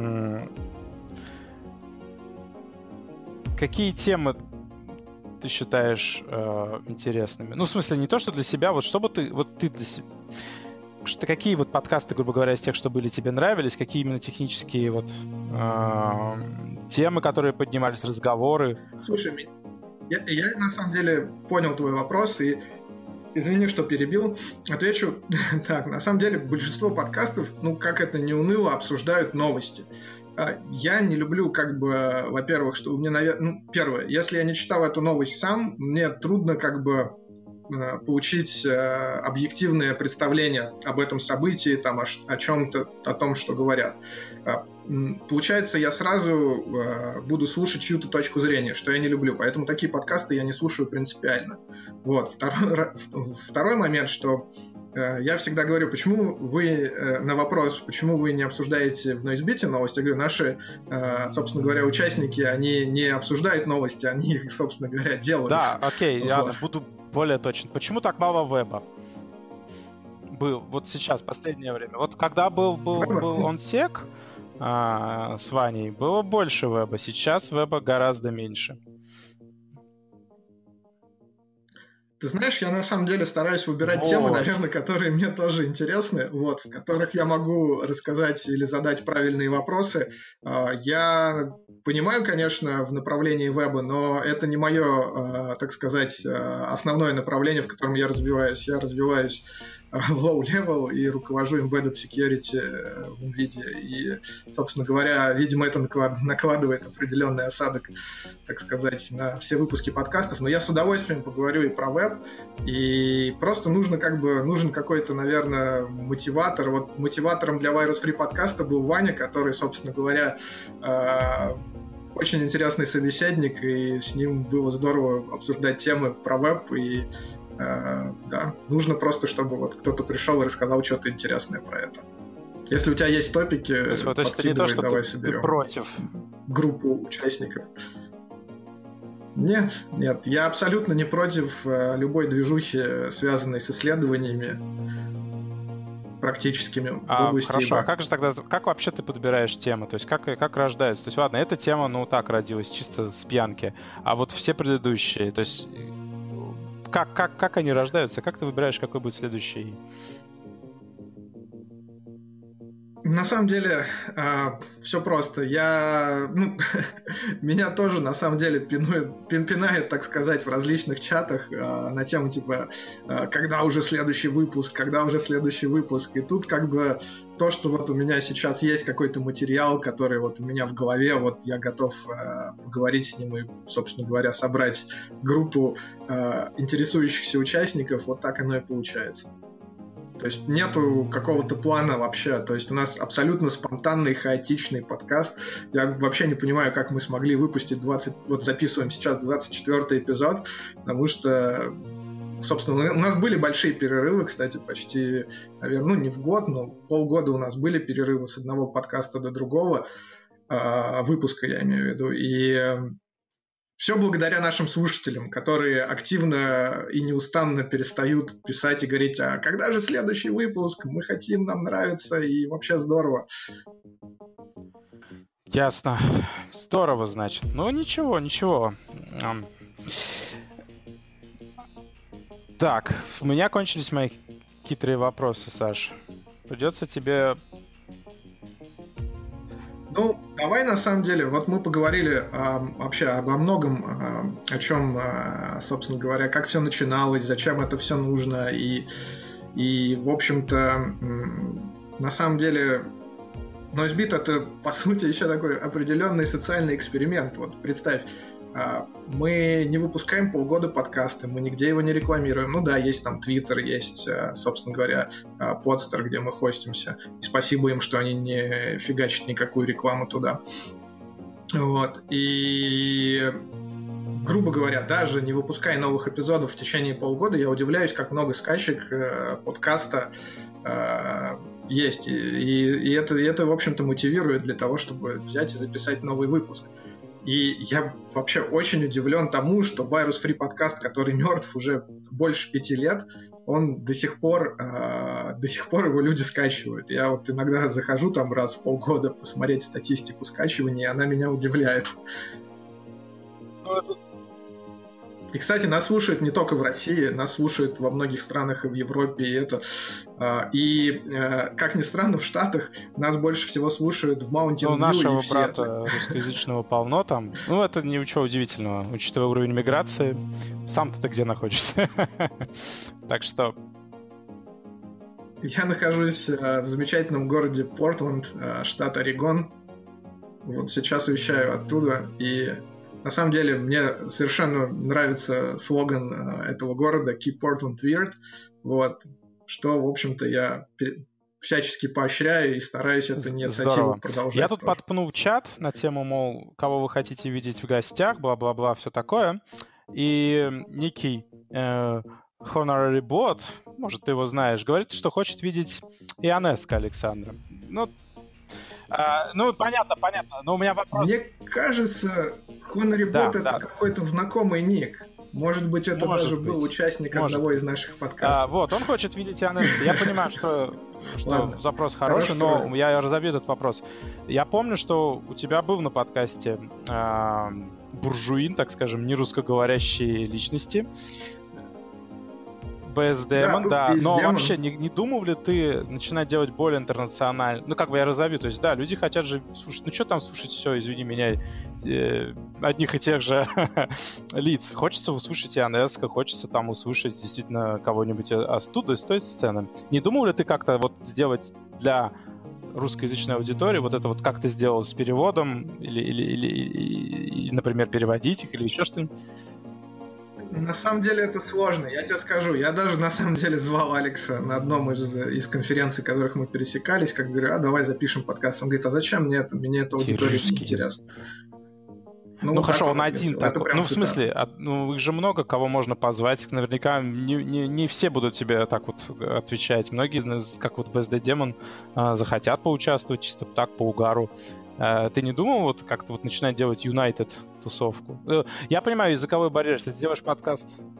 какие темы ты считаешь э, интересными? Ну, в смысле, не то, что для себя, вот чтобы ты, вот ты для себя, что, какие вот подкасты, грубо говоря, из тех, что были, тебе нравились, какие именно технические вот э, темы, которые поднимались, разговоры? Слушай, я, я на самом деле понял твой вопрос, и извини, что перебил, отвечу так. На самом деле, большинство подкастов, ну, как это не уныло, обсуждают новости. Я не люблю, как бы, во-первых, что у меня, наверное, ну, первое, если я не читал эту новость сам, мне трудно, как бы, получить объективное представление об этом событии, там, о, о чем-то, о том, что говорят. Получается, я сразу буду слушать чью-то точку зрения, что я не люблю, поэтому такие подкасты я не слушаю принципиально. Вот. Второй, второй момент, что я всегда говорю, почему вы на вопрос, почему вы не обсуждаете в Нойзбите новости, я говорю, наши, собственно говоря, участники, они не обсуждают новости, они их, собственно говоря, делают. Да, окей, вот. Я буду более точен. Почему так мало веба? Был, вот сейчас, в последнее время. Вот когда был, был, был онсек а, с Ваней, было больше веба, сейчас веба гораздо меньше. Ты знаешь, я на самом деле стараюсь выбирать вот. темы, наверное, которые мне тоже интересны, вот, в которых я могу рассказать или задать правильные вопросы. Я понимаю, конечно, в направлении веба, но это не мое, так сказать, основное направление, в котором я развиваюсь. Я развиваюсь в low-level и руковожу embedded security в NVIDIA. И, собственно говоря, видимо, это накладывает определенный осадок, так сказать, на все выпуски подкастов. Но я с удовольствием поговорю и про веб, и просто нужно как бы, нужен какой-то, наверное, мотиватор. Вот мотиватором для Virus Free подкаста был Ваня, который, собственно говоря, очень интересный собеседник, и с ним было здорово обсуждать темы про веб, и Uh, да, нужно просто, чтобы вот кто-то пришел и рассказал что-то интересное про это. Если у тебя есть топики, то есть, вот, то есть это не то, что давай ты, соберем ты против группу участников. Нет, нет, я абсолютно не против uh, любой движухи, связанной с исследованиями практическими а, в области. Хорошо, а как же тогда, как вообще ты подбираешь темы? То есть как, как рождается? То есть ладно, эта тема, ну так родилась, чисто с пьянки, а вот все предыдущие, то есть Как, как, как они рождаются? Как ты выбираешь, какой будет следующий? На самом деле, э, все просто. Я, ну, меня тоже, на самом деле, пинует, пин, пинает, так сказать, в различных чатах э, на тему, типа, э, когда уже следующий выпуск, когда уже следующий выпуск. И тут, как бы, то, что вот у меня сейчас есть какой-то материал, который вот у меня в голове, вот я готов э, поговорить с ним и, собственно говоря, собрать группу э, интересующихся участников, вот так оно и получается. То есть нету какого-то плана вообще. То есть у нас абсолютно спонтанный, хаотичный подкаст. Я вообще не понимаю, как мы смогли выпустить двадцать... Вот записываем сейчас двадцать четвёртый эпизод, потому что, собственно, у нас были большие перерывы, кстати, почти, наверное, ну не в год, но полгода у нас были перерывы с одного подкаста до другого, выпуска, я имею в виду. И все благодаря нашим слушателям, которые активно и неустанно перестают писать и говорить: а когда же следующий выпуск? Мы хотим, нам нравится, и вообще здорово. Ясно. Здорово, значит. Ну, ничего, ничего. Так, у меня кончились мои хитрые вопросы, Саш. Придется тебе... Ну, давай на самом деле, вот мы поговорили а, вообще обо многом, а, о чем, а, собственно говоря, как все начиналось, зачем это все нужно, и, и в общем-то, м, на самом деле, NoiseBeat — это, по сути, еще такой определенный социальный эксперимент. Вот представь, а, мы не выпускаем полгода подкасты, мы нигде его не рекламируем. Ну да, есть там Twitter, есть, собственно говоря, Podster, где мы хостимся. И спасибо им, что они не фигачат никакую рекламу туда. Вот. И, грубо говоря, даже не выпуская новых эпизодов в течение полгода, я удивляюсь, как много скачек э, подкаста э, есть. И, и, и, это, и это, в общем-то, мотивирует для того, чтобы взять и записать новый выпуск. И я вообще очень удивлен тому, что Virus Free подкаст, который мертв уже больше пяти лет, он до сих пор, э, до сих пор его люди скачивают. Я вот иногда захожу там раз в полгода посмотреть статистику скачивания, и она меня удивляет. Ну, это... И, кстати, нас слушают не только в России, нас слушают во многих странах и в Европе. И, это, и как ни странно, в Штатах нас больше всего слушают в Mountain View. Ну, нашего брата русскоязычного полно там. Ну, это ничего удивительного, учитывая уровень миграции. Сам-то ты где находишься? Так что... Я нахожусь в замечательном городе Портленд, штат Орегон. Вот сейчас вещаю оттуда, и... На самом деле, мне совершенно нравится слоган этого города «Keep Portland Weird», вот, что, в общем-то, я всячески поощряю и стараюсь эту инициативу Здорово. продолжать. Я тут тоже. подпнул чат на тему, мол, кого вы хотите видеть в гостях, бла-бла-бла, все такое. И некий э, Honorary Bot, может, ты его знаешь, говорит, что хочет видеть Ионеско Александра. Ну, Uh, ну, понятно, понятно, но у меня вопрос... Мне кажется, Honorary да, Bot — это да. какой-то знакомый ник. Может быть, это Может даже быть. был участник Может. одного из наших подкастов. Uh, вот, он хочет видеть Ионеско. Я понимаю, что, что запрос хороший, Хорошо. но я разобью этот вопрос. Я помню, что у тебя был на подкасте uh, буржуин, так скажем, не русскоговорящие личности. Best Demon, да, да. но Demon. Вообще не, не думал ли ты начинать делать более интернационально? Ну, как бы я разовью, то есть, да, люди хотят же слушать, ну, что там слушать все, извини меня, э, одних и тех же лиц. Хочется услышать Ионеско, хочется там услышать действительно кого-нибудь оттуда, с той сцены. Не думал ли ты как-то вот сделать для русскоязычной аудитории вот это вот как ты сделал с переводом, или, или, или, или например, переводить их, или еще что-нибудь? На самом деле это сложно, я тебе скажу. Я даже на самом деле звал Алекса на одном из, из конференций, которых мы пересекались, как говорю, а давай запишем подкаст. Он говорит, а зачем мне это? Мне это аудитория не интересно. Ну, ну хорошо, он один такой. Ну, в смысле, а, ну, их же много, кого можно позвать. Наверняка не, не, не все будут тебе так вот отвечать. Многие, как вот би эс ди Demon, захотят поучаствовать чисто так, по угару. Ты не думал вот как-то вот начинать делать United тусовку? Я понимаю, языковой барьер, если ты сделаешь подкаст.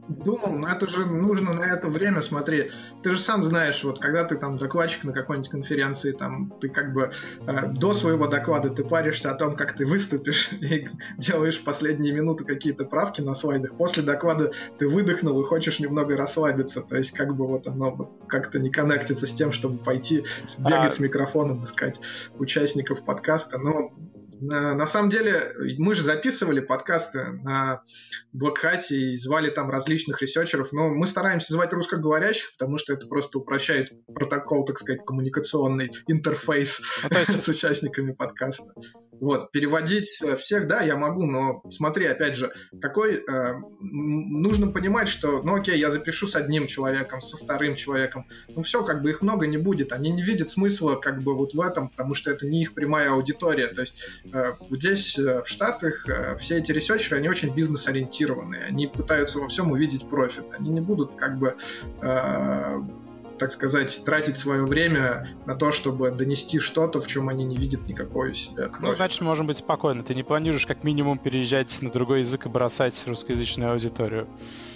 Думал, но это же нужно на это время, смотри. Ты же сам знаешь, вот когда ты там докладчик на какой-нибудь конференции, там ты как бы э, до своего доклада ты паришься о том, как ты выступишь и делаешь в последние минуты какие-то правки на слайдах. После доклада ты выдохнул и хочешь немного расслабиться. То есть как бы вот оно как-то не коннектится с тем, чтобы пойти бегать а... с микрофоном, искать участников подкаста. Но на, на самом деле мы же записывали подкасты на Black Hat и звали там различных ресерчеров, но мы стараемся звать русскоговорящих, потому что это просто упрощает протокол, так сказать, коммуникационный интерфейс ну, то есть... с участниками подкаста. Вот, переводить всех, да, я могу, но смотри, опять же, какой э, нужно понимать, что, ну окей, я запишу с одним человеком, со вторым человеком, ну все, как бы их много не будет, они не видят смысла как бы вот в этом, потому что это не их прямая аудитория, то есть э, здесь, э, в Штатах, э, все эти ресерчеры, они очень бизнес-ориентированные, они пытаются во всем увидеть профит, они не будут как бы... Э, так сказать, тратить свое время на то, чтобы донести что-то, в чем они не видят никакой себя. Ну, значит, можем быть спокойны. Ты не планируешь как минимум переезжать на другой язык и бросать русскоязычную аудиторию?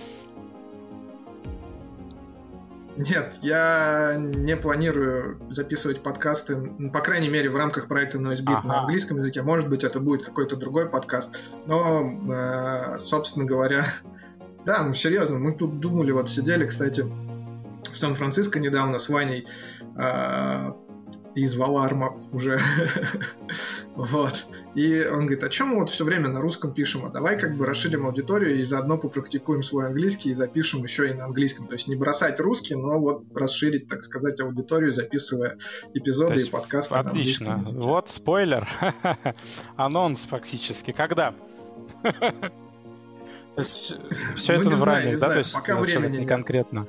Нет, я не планирую записывать подкасты, по крайней мере, в рамках проекта NoiseBeat ага. на английском языке. Может быть, это будет какой-то другой подкаст. Но, собственно говоря, да, ну, серьезно, мы тут думали, вот сидели, кстати, в Сан-Франциско недавно с Ваней э, из Валарма уже. Вот. И он говорит, а чем мы вот все время на русском пишем? А давай как бы расширим аудиторию и заодно попрактикуем свой английский и запишем еще и на английском. То есть не бросать русский, но вот расширить, так сказать, аудиторию, записывая эпизоды и подкасты на английском языке. Отлично. Вот спойлер. Анонс фактически. Когда? Все это в ранее, да? То есть пока времени не конкретно.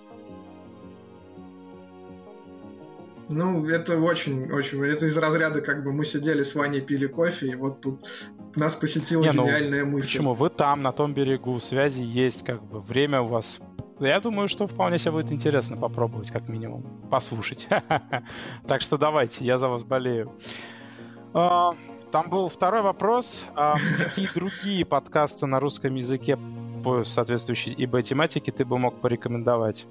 Ну, это очень-очень... Это из разряда, как бы мы сидели с Ваней, пили кофе, и вот тут нас посетила не, гениальная ну, мысль. Почему? Вы там, на том берегу, связи есть, как бы, время у вас... Я думаю, что вполне себе будет интересно попробовать, как минимум, послушать. Так что давайте, я за вас болею. Там был второй вопрос. Какие другие подкасты на русском языке по соответствующей и би-тематике ты бы мог порекомендовать?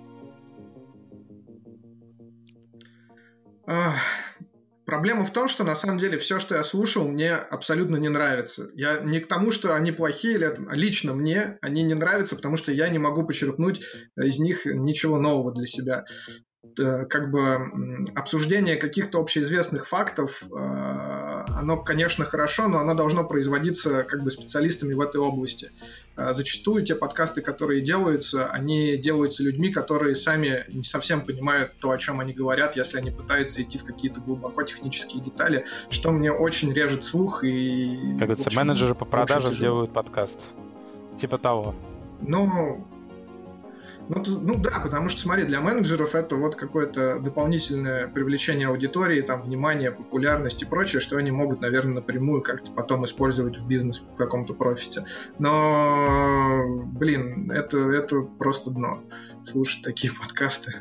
Проблема в том, что на самом деле все, что я слушал, мне абсолютно не нравится. Я не к тому, что они плохие, или это, лично мне они не нравятся, потому что я не могу почерпнуть из них ничего нового для себя. Как бы обсуждение каких-то общеизвестных фактов, оно, конечно, хорошо, но оно должно производиться как бы специалистами в этой области. Зачастую те подкасты, которые делаются, они делаются людьми, которые сами не совсем понимают то, о чем они говорят, если они пытаются идти в какие-то глубоко технические детали, что мне очень режет слух. И, как говорится, общем, менеджеры по продажам делают подкаст. Типа того. Ну... Ну, ну да, потому что, смотри, для менеджеров это вот какое-то дополнительное привлечение аудитории, там, внимание, популярность и прочее, что они могут, наверное, напрямую как-то потом использовать в бизнес в каком-то профите. Но, блин, это, это просто дно, слушать такие подкасты.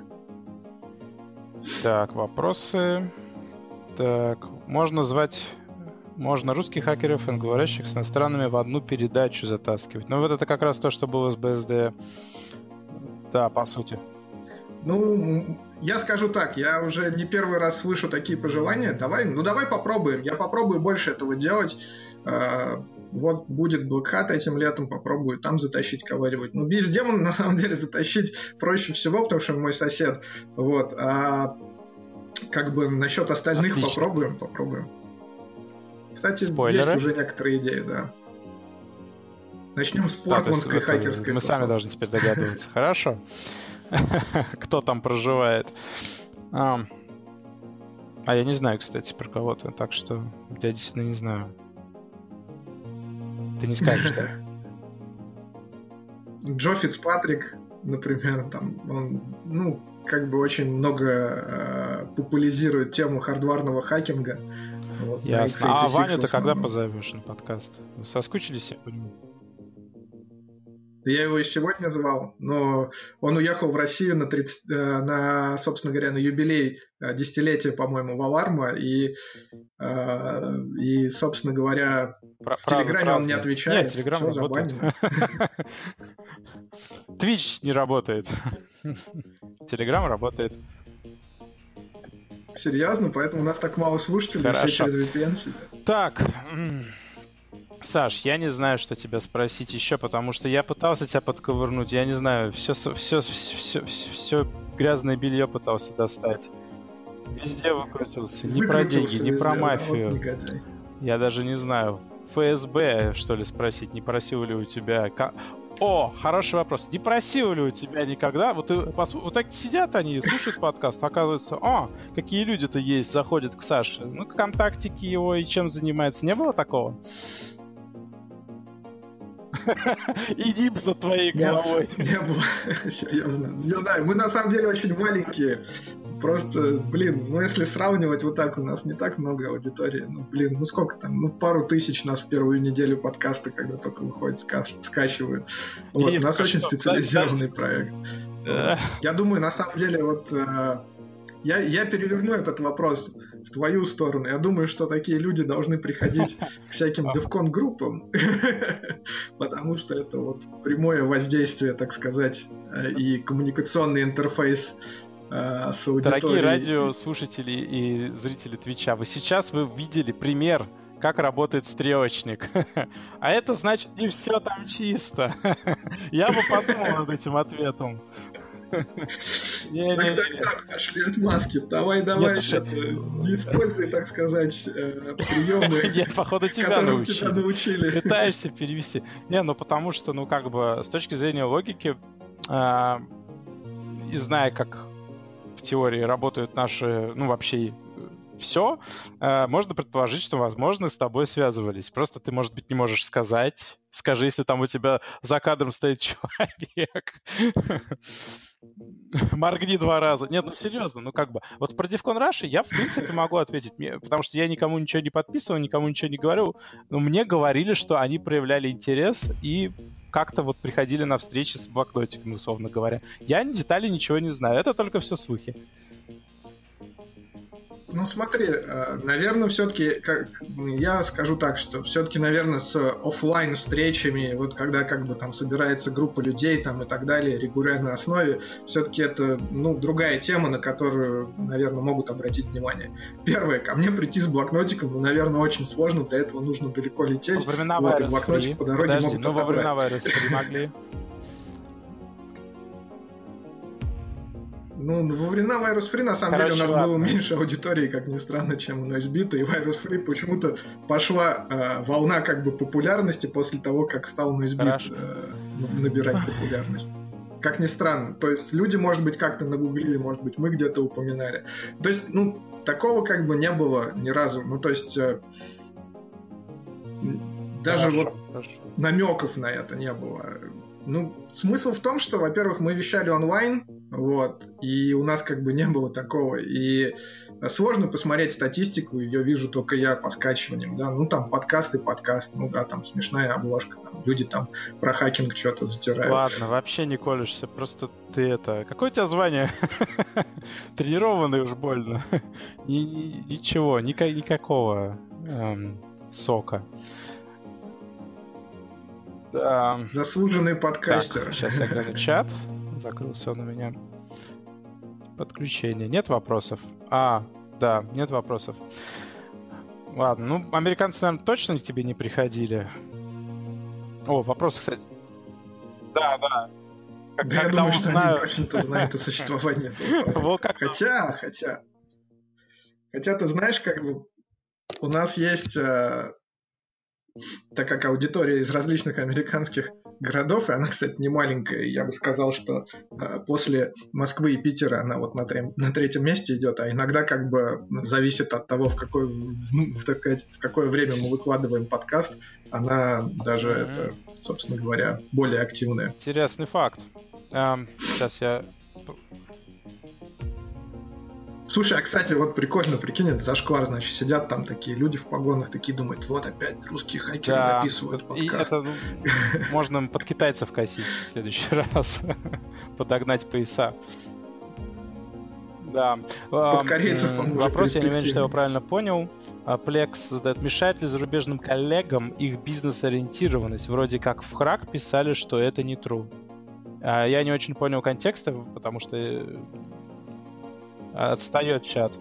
Так, вопросы. Так, можно звать... Можно русских хакеров, англоговорящих с иностранными в одну передачу затаскивать. Ну, вот это как раз то, что было с би эс ди. Да, по сути. Ну, я скажу так, я уже не первый раз слышу такие пожелания. Давай, ну давай попробуем. Я попробую больше этого делать. Вот будет Black Hat этим летом, попробую там затащить кого-нибудь. Ну, без демона, на самом деле, затащить проще всего, потому что он мой сосед. Вот. А как бы насчет остальных Отлично. попробуем, попробуем. Кстати, Спойлеры. есть уже некоторые идеи, да. Начнем с портландской да, хакерской. Мы тусовки. Сами должны теперь догадываться. Хорошо. Кто там проживает. А, а я не знаю, кстати, про кого-то. Так что я действительно не знаю. Ты не скажешь, да? Джо Фицпатрик, например, там, он, ну, как бы очень много э, популяризирует тему хардварного хакинга. Вот, ясно. А Ваню ты когда позовешь на подкаст? Соскучились, я понимаю? Я его и сегодня звал, но он уехал в Россию на, тридцать, на собственно говоря, на юбилей десятилетия, по-моему, Валарма, и, и, собственно говоря, В Телеграме он не отвечает. Нет, Телеграм работает. Твич не работает. Телеграм работает. Серьезно? Поэтому у нас так мало слушателей, Хорошо. Все через ви пи эн сидят. Так, Саш, я не знаю, что тебя спросить еще, потому что я пытался тебя подковырнуть, я не знаю, все, все, все, все грязное белье пытался достать. Везде выкрутился. Не про деньги, не про мафию. Вот я даже не знаю. эф эс бэ, что ли, спросить, не просил ли у тебя... О, хороший вопрос. Не просил ли у тебя никогда... Вот, вот так сидят они, слушают подкаст, оказывается, о, какие люди-то есть, заходят к Саше. Ну, контактики его и чем занимается. Не было такого? Иди за твоей головой. Не было, серьезно. Не знаю, мы на самом деле очень маленькие. Просто, блин, ну если сравнивать вот так, у нас не так много аудитории. Ну, блин, ну сколько там? Ну, пару тысяч нас в первую неделю подкаста, когда только выходит, скач- скачивают. Вот, у нас очень что, специализированный да, проект. Да. Я думаю, на самом деле, вот э, я, я переверну этот вопрос в твою сторону. Я думаю, что такие люди должны приходить к всяким девкон-группам, потому что это вот прямое воздействие, так сказать, и коммуникационный интерфейс с аудиторией. Дорогие радиослушатели и зрители Твича, вы сейчас вы видели пример, как работает стрелочник. А это значит, не все там чисто. Я бы подумал над этим ответом. Так, пошли отмазки. Давай, давай, не используй, так сказать, приемы, я, походу, тебя научили. Пытаешься перевести. Не, ну потому что, ну как бы, с точки зрения логики, и зная, как в теории работают наши, ну вообще все, э, можно предположить, что, возможно, с тобой связывались. Просто ты, может быть, не можешь сказать. Скажи, если там у тебя за кадром стоит человек. Моргни два раза. Нет, ну серьезно, ну как бы. Вот про DevCon Russia я, в принципе, могу ответить, потому что я никому ничего не подписывал, никому ничего не говорю, но мне говорили, что они проявляли интерес и как-то вот приходили на встречи с блокнотиками, условно говоря. Я деталей ничего не знаю, это только все слухи. Ну, смотри, наверное, все-таки, как, я скажу так, что все-таки, наверное, с офлайн встречами, вот когда как бы там собирается группа людей там и так далее, регулярной основе, все-таки это, ну, другая тема, на которую, наверное, могут обратить внимание. Первое, ко мне прийти с блокнотиком, ну, наверное, очень сложно, для этого нужно далеко лететь. Во времена вот, Virus блокнотик Free. по дороге Подожди, могут ну, во времена отобрать. Virus Free могли. Ну, во времена Virus Free, на самом Короче, деле, у нас ладно. было меньше аудитории, как ни странно, чем у Noisebit, и Virus Free почему-то пошла э, волна как бы популярности после того, как стал Noisebit э, набирать популярность. Как ни странно. То есть люди, может быть, как-то нагуглили, может быть, мы где-то упоминали. То есть, ну, такого как бы не было ни разу. Ну, то есть, э, даже хорошо, вот хорошо. намеков на это не было. Ну, смысл в том, что, во-первых, мы вещали онлайн, вот, и у нас как бы не было такого, и сложно посмотреть статистику, ее вижу только я по скачиваниям, да, ну, там подкаст и подкаст, ну, да, там смешная обложка, там люди там про хакинг что-то затирают. Ладно, вообще не колешься, просто ты это... Какое у тебя звание? Тренированный уж больно. Ничего, никакого сока. Да. Заслуженный подкастер. Так, сейчас я гляну чат. Закрылся он у меня. Подключение. Нет вопросов? А, да, нет вопросов. Ладно, ну, американцы, наверное, точно к тебе не приходили. О, вопрос, кстати. Да, да. Как, да, я думаю, что узнаю... они очень-то знают о существовании. Хотя, хотя... Хотя, ты знаешь, как бы у нас есть... Так как аудитория из различных американских городов, и она, кстати, не маленькая, я бы сказал, что э, после Москвы и Питера она вот на, трем, на третьем месте идет, а иногда как бы зависит от того, в какое, в, в, в какое время мы выкладываем подкаст, она даже, mm-hmm. это, собственно говоря, более активная. Интересный факт. Um, сейчас я... Слушай, а, кстати, вот прикольно, прикинь, это зашквар, значит, сидят там такие люди в погонах, такие думают, вот опять русские хакеры да, записывают подкаст. Это, ну, можно под китайцев косить в следующий раз, подогнать пояса. Да. Под корейцев, по-моему, вопрос, я не уверен, что я его правильно понял. Plex задает, мешает ли зарубежным коллегам их бизнес-ориентированность? Вроде как в Храк писали, что это не true. Я не очень понял контекста, потому что отстает чат.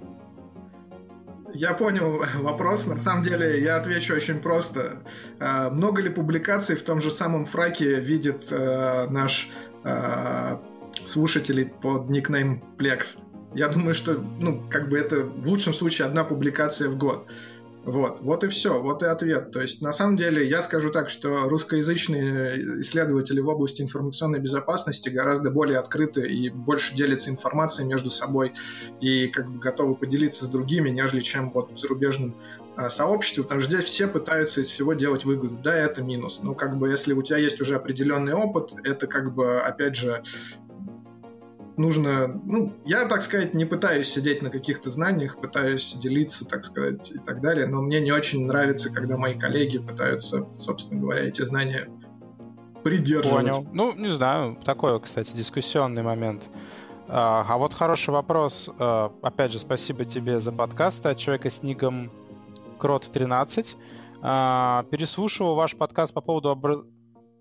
Я понял вопрос. На самом деле, я отвечу очень просто. Много ли публикаций в том же самом Фраке видит наш слушателей под никнейм Plex? Я думаю, что, ну, как бы это в лучшем случае одна публикация в год. Вот, вот и все, вот и ответ. То есть, на самом деле, я скажу так, что русскоязычные исследователи в области информационной безопасности гораздо более открыты и больше делятся информацией между собой и как бы готовы поделиться с другими, нежели чем вот в зарубежном а, сообществе, потому что здесь все пытаются из всего делать выгоду. Да, это минус. Но как бы если у тебя есть уже определенный опыт, это как бы, опять же, нужно, ну, я, так сказать, не пытаюсь сидеть на каких-то знаниях, пытаюсь делиться, так сказать, и так далее, но мне не очень нравится, когда мои коллеги пытаются, собственно говоря, эти знания придерживать. Понял. Ну, не знаю, такой, кстати, дискуссионный момент. А, а вот хороший вопрос. А, опять же, спасибо тебе за подкаст от человека с ником крот тринадцать. А, переслушивал ваш подкаст по поводу образования.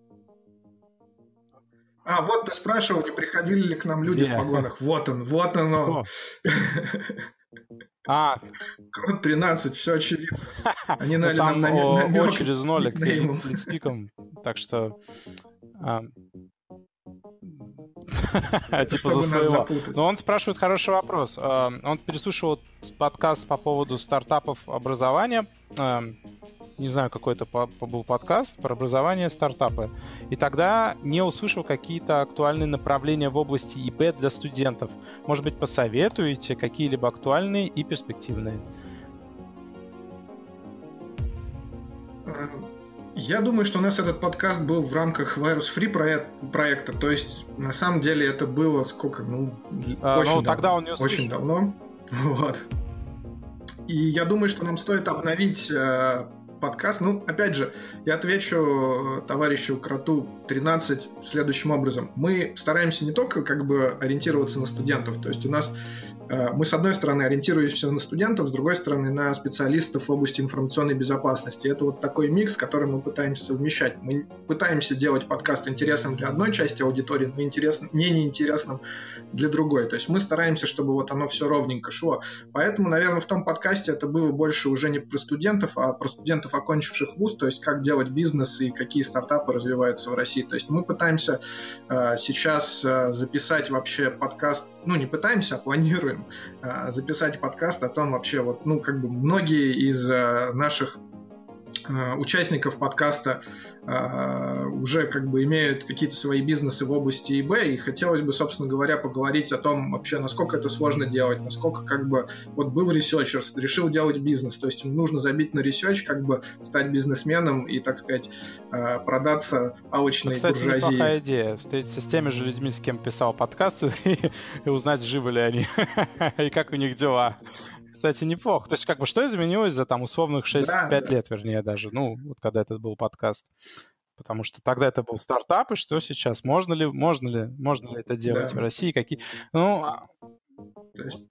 А, вот ты спрашивал, не приходили ли к нам люди Где? в погонах. Вот он, вот он он. А. Крот тринадцать, все очевидно. Они ну, там нам о, намек, о, через нолик с лидспиком, так что... А... типа за своего. Но он спрашивает хороший вопрос. Он переслушивал подкаст по поводу стартапов образования. Не знаю, какой это был подкаст про образование, стартапы. И тогда не услышал какие-то актуальные направления в области ИБ для студентов. Может быть, посоветуете какие-либо актуальные и перспективные? Я думаю, что у нас этот подкаст был в рамках VirusFree проект, проекта. То есть, на самом деле, это было сколько? Ну, а, очень, ну, давно, тогда он не услышал. Очень давно. Вот. И я думаю, что нам стоит обновить э, подкаст. Ну, опять же, я отвечу товарищу Кроту тринадцать следующим образом. Мы стараемся не только как бы ориентироваться на студентов. То есть у нас э, мы, с одной стороны, ориентируемся на студентов, с другой стороны, на специалистов в области информационной безопасности. Это вот такой микс, который мы пытаемся совмещать. Мы пытаемся делать подкаст интересным для одной части аудитории, но интересным, не неинтересным для другой. То есть мы стараемся, чтобы вот оно все ровненько шло. Поэтому, наверное, в том подкасте это было больше уже не про студентов, а про студентов, окончивших вуз, то есть как делать бизнес и какие стартапы развиваются в России. То есть мы пытаемся э, сейчас э, записать вообще подкаст, ну не пытаемся, а планируем э, записать подкаст о том вообще, вот, ну как бы многие из э, наших э, участников подкаста Uh, уже как бы имеют какие-то свои бизнесы в области ИБ, и хотелось бы, собственно говоря, поговорить о том вообще, насколько это сложно делать, насколько как бы вот был ресерчер, решил делать бизнес, то есть ему нужно забить на ресерч, как бы стать бизнесменом и, так сказать, uh, продаться алчной Кстати, буржуазии. Кстати, неплохая идея, встретиться с теми же людьми, с кем писал подкаст, и, и узнать, живы ли они, и как у них дела. Кстати, неплохо. То есть, как бы, что изменилось за там условных шесть-пять да, лет, да. вернее, даже, ну, вот когда этот был подкаст. Потому что тогда это был стартап, и что сейчас? Можно ли, можно ли, можно ли это делать да. в России? Какие? Ну, то есть...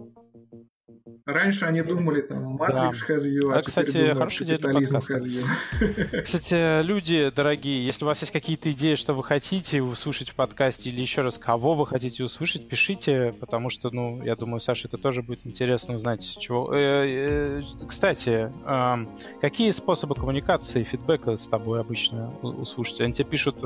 Раньше они думали, там, Matrix да. has you, а, а кстати, думают, хорошая идея для подкаста. Кстати, люди дорогие, если у вас есть какие-то идеи, что вы хотите услышать в подкасте, или еще раз, кого вы хотите услышать, пишите, потому что, ну, я думаю, Саше это тоже будет интересно узнать, чего... Кстати, какие способы коммуникации и фидбэка с тобой обычно у слушателей? Они тебе пишут...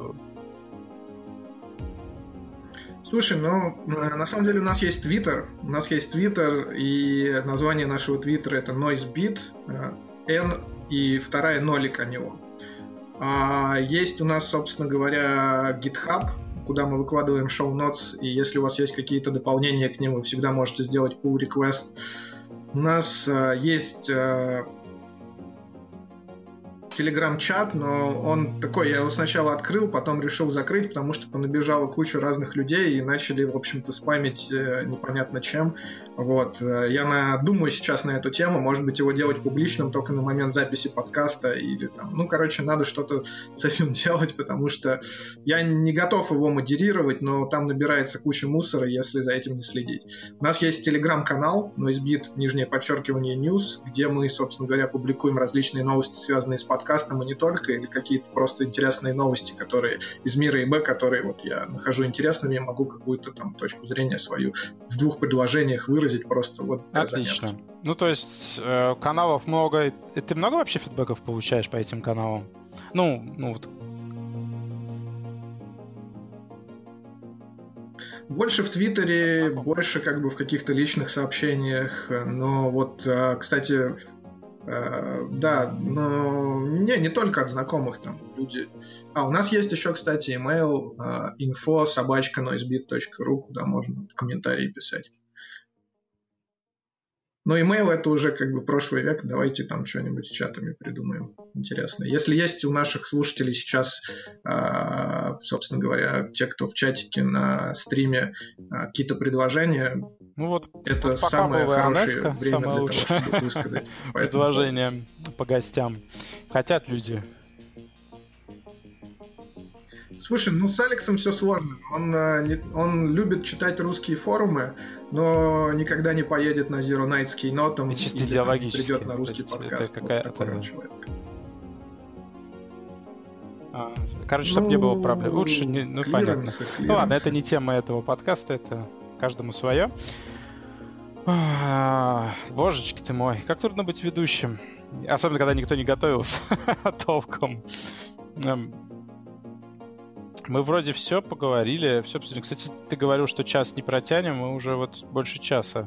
Слушай, ну, на самом деле у нас есть Twitter, у нас есть Twitter, и название нашего Твиттера это NoiseBeat, N и вторая нолик о него. А есть у нас, собственно говоря, GitHub, куда мы выкладываем шоу-нотс, и если у вас есть какие-то дополнения к ним, вы всегда можете сделать pull request. У нас есть... телеграм-чат, но он такой, я его сначала открыл, потом решил закрыть, потому что понабежала куча разных людей и начали, в общем-то, спамить непонятно чем. Вот. Я на, думаю сейчас на эту тему, может быть, его делать публичным только на момент записи подкаста или там, ну, короче, надо что-то с этим делать, потому что я не готов его модерировать, но там набирается куча мусора, если за этим не следить. У нас есть телеграм-канал NoiseBeat, нижнее подчеркивание, news, где мы, собственно говоря, публикуем различные новости, связанные с подкастом, и не только, или какие-то просто интересные новости, которые из мира ИБ, которые вот я нахожу интересными, я могу какую-то там точку зрения свою в двух предложениях выразить просто вот. Отлично. Занятия. Ну, то есть э, каналов много. И ты много вообще фидбэков получаешь по этим каналам? Ну, ну вот. Больше в Твиттере, больше как бы в каких-то личных сообщениях. Но вот, кстати, да, но не, не только от знакомых там люди. А, у нас есть еще, кстати, email info собачка noisebeat точка ру, куда можно комментарии писать. Но email это уже как бы прошлый век, давайте там что-нибудь с чатами придумаем интересное. Если есть у наших слушателей сейчас, собственно говоря, те, кто в чатике на стриме, какие-то предложения, ну вот, это вот самое хорошее Анеска, время самое для лучшее того, чтобы высказать. предложение по гостям. Хотят люди. Слушай, ну с Алексом все сложно. Он, он любит читать русские форумы, но никогда не поедет на Zero Night с кейнотом и чисто идеологически. Придет на русский подкаст. Это какая-то... Вот такой человек. А, короче, чтобы ну, не было проблем. Лучше не... Ну, понятно. Клиренсы. Ну ладно, это не тема этого подкаста, это каждому свое. Божечки ты мой, как трудно быть ведущим. Особенно, когда никто не готовился толком. Мы вроде все поговорили, все обсудили. Кстати, ты говорил, что час не протянем, мы уже вот больше часа.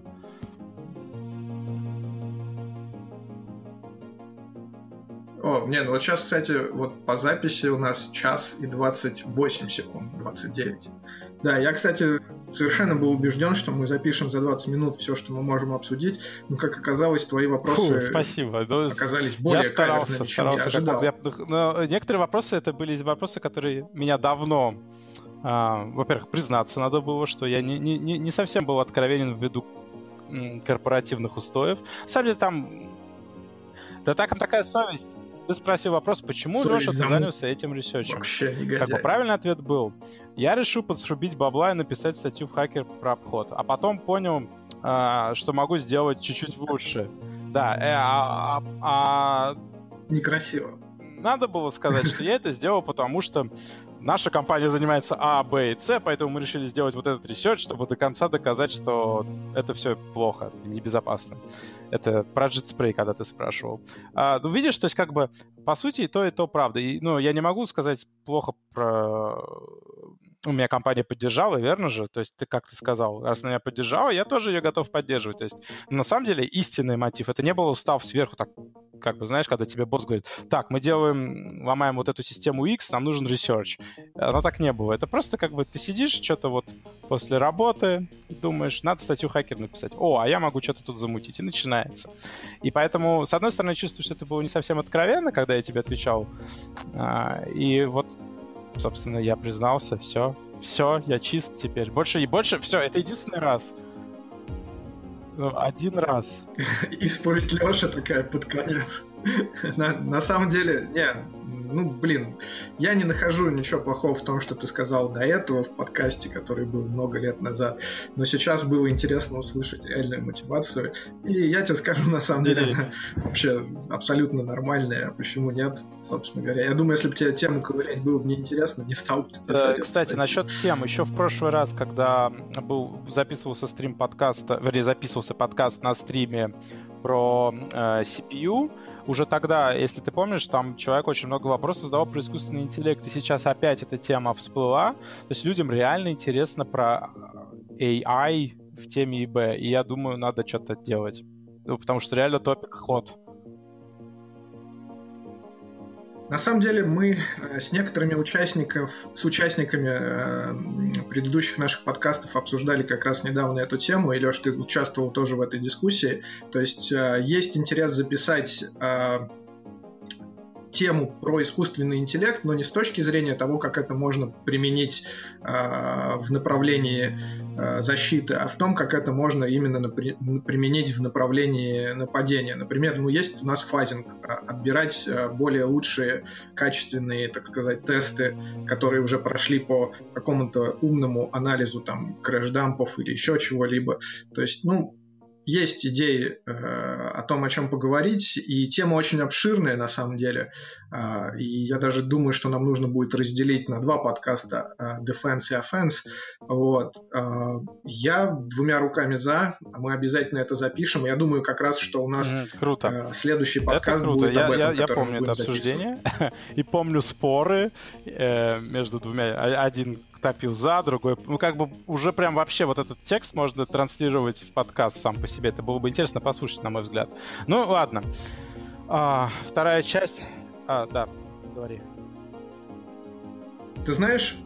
О, не, ну вот сейчас, кстати, вот по записи у нас час и двадцать восемь секунд, двадцать девять. Да, я, кстати, совершенно был убежден, что мы запишем за двадцать минут все, что мы можем обсудить, но, как оказалось, твои вопросы Фу, спасибо. оказались более я старался, каверзными, чем я ожидал. Я, но некоторые вопросы, это были вопросы, которые меня давно, а, во-первых, признаться надо было, что я не, не, не совсем был откровенен ввиду корпоративных устоев. На самом деле там... Да так, такая совесть. Ты спросил вопрос, почему, Леша, ты занялся этим ресерчем? Вообще негодяй. Как бы правильный ответ был, я решил подсрубить бабла и написать статью в Hacker про обход, а потом понял, а, что могу сделать чуть-чуть лучше. Да, э, а, а, а... Некрасиво. Надо было сказать, что я это сделал, потому что наша компания занимается А, Б и С, поэтому мы решили сделать вот этот ресерч, чтобы до конца доказать, что это все плохо, небезопасно. Это про JetSpray, когда ты спрашивал. А, ну, видишь, то есть как бы по сути и то, и то правда. И, ну, я не могу сказать плохо про... У меня компания поддержала, верно же? То есть ты, как ты сказал, раз она меня поддержала, я тоже ее готов поддерживать. То есть на самом деле истинный мотив. Это не был устав сверху, так как бы, знаешь, когда тебе босс говорит, так, мы делаем, ломаем вот эту систему X, нам нужен research. Оно так не было. Это просто как бы ты сидишь что-то вот после работы и думаешь, надо статью Hacker написать. О, а я могу что-то тут замутить. И начинается. И поэтому, с одной стороны, чувствую, что это было не совсем откровенно, когда я тебе отвечал. И вот, собственно, я признался, все, все, я чист теперь. Больше и больше, все, это единственный раз. Один раз. И спорить Леша такая под конец. на, на самом деле, не, ну, блин, я не нахожу ничего плохого в том, что ты сказал до этого в подкасте, который был много лет назад, но сейчас было интересно услышать реальную мотивацию, и я тебе скажу, на самом деле, она вообще абсолютно нормальная, а почему нет, собственно говоря. Я думаю, если бы тебе тему ковырять было бы неинтересно, не стал бы ты писать. Кстати, насчет тем, еще в прошлый раз, когда был, записывался стрим подкаста, вернее, записывался подкаст на стриме про э, си пи ю, уже тогда, если ты помнишь, там человек очень много вопросов задавал про искусственный интеллект, и сейчас опять эта тема всплыла. То есть людям реально интересно про эй ай в теме и би, и я думаю, надо что-то делать. Ну, потому что реально топик ход. На самом деле мы с некоторыми участников, с участниками предыдущих наших подкастов обсуждали как раз недавно эту тему, и, Леш, ты участвовал тоже в этой дискуссии. То есть есть интерес записать тему про искусственный интеллект, но не с точки зрения того, как это можно применить э, в направлении э, защиты, а в том, как это можно именно напри- применить в направлении нападения. Например, ну, есть у нас фазинг, отбирать э, более лучшие, качественные, так сказать, тесты, которые уже прошли по какому-то умному анализу там крэш-дампов или еще чего-либо. То есть, ну, есть идеи э, о том, о чем поговорить, и тема очень обширная на самом деле. Э, и я даже думаю, что нам нужно будет разделить на два подкаста э, Defense и Offense. Вот. Э, я двумя руками за, мы обязательно это запишем. Я думаю, как раз, что у нас mm, круто. Э, следующий подкаст это круто. будет я, об этом, я, я помню это обсуждение и помню споры э, между двумя. Один топил за, другой... Ну, как бы уже прям вообще вот этот текст можно транслировать в подкаст сам по себе. Это было бы интересно послушать, на мой взгляд. Ну, ладно. А, вторая часть... А, да, говори. Ты знаешь...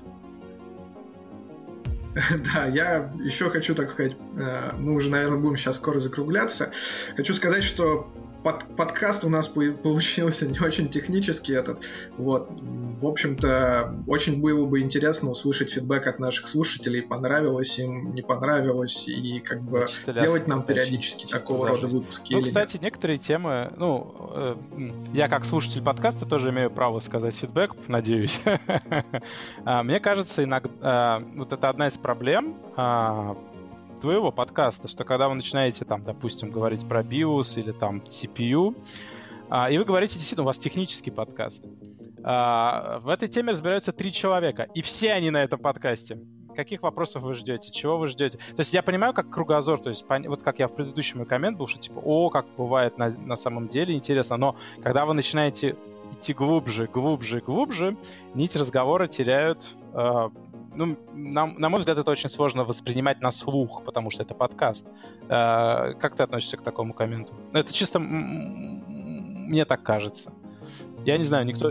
Да, я еще хочу, так сказать, мы уже, наверное, будем сейчас скоро закругляться. Хочу сказать, что под, подкаст у нас получился не очень технический этот. Вот. В общем-то, очень было бы интересно услышать фидбэк от наших слушателей, понравилось им, не понравилось, и как бы делать нам периодически такого рода выпуски. Ну, кстати, некоторые темы, ну, э, я как слушатель подкаста тоже имею право сказать фидбэк, надеюсь. Мне кажется, иногда вот это одна из проблем твоего подкаста, что когда вы начинаете, там, допустим, говорить про биос или там си пи ю, а, и вы говорите, действительно, у вас технический подкаст, а, в этой теме разбираются три человека, и все они на этом подкасте. Каких вопросов вы ждете? Чего вы ждете? То есть я понимаю, как кругозор, то есть вот как я в предыдущем мой коммент был, что типа, о, как бывает на, на самом деле, интересно, но когда вы начинаете идти глубже, глубже, глубже, нить разговора теряют... Э, Ну, на, на мой взгляд, это очень сложно воспринимать на слух, потому что это подкаст. Э, как ты относишься к такому комменту? Это чисто м- мне так кажется. Я не знаю, никто...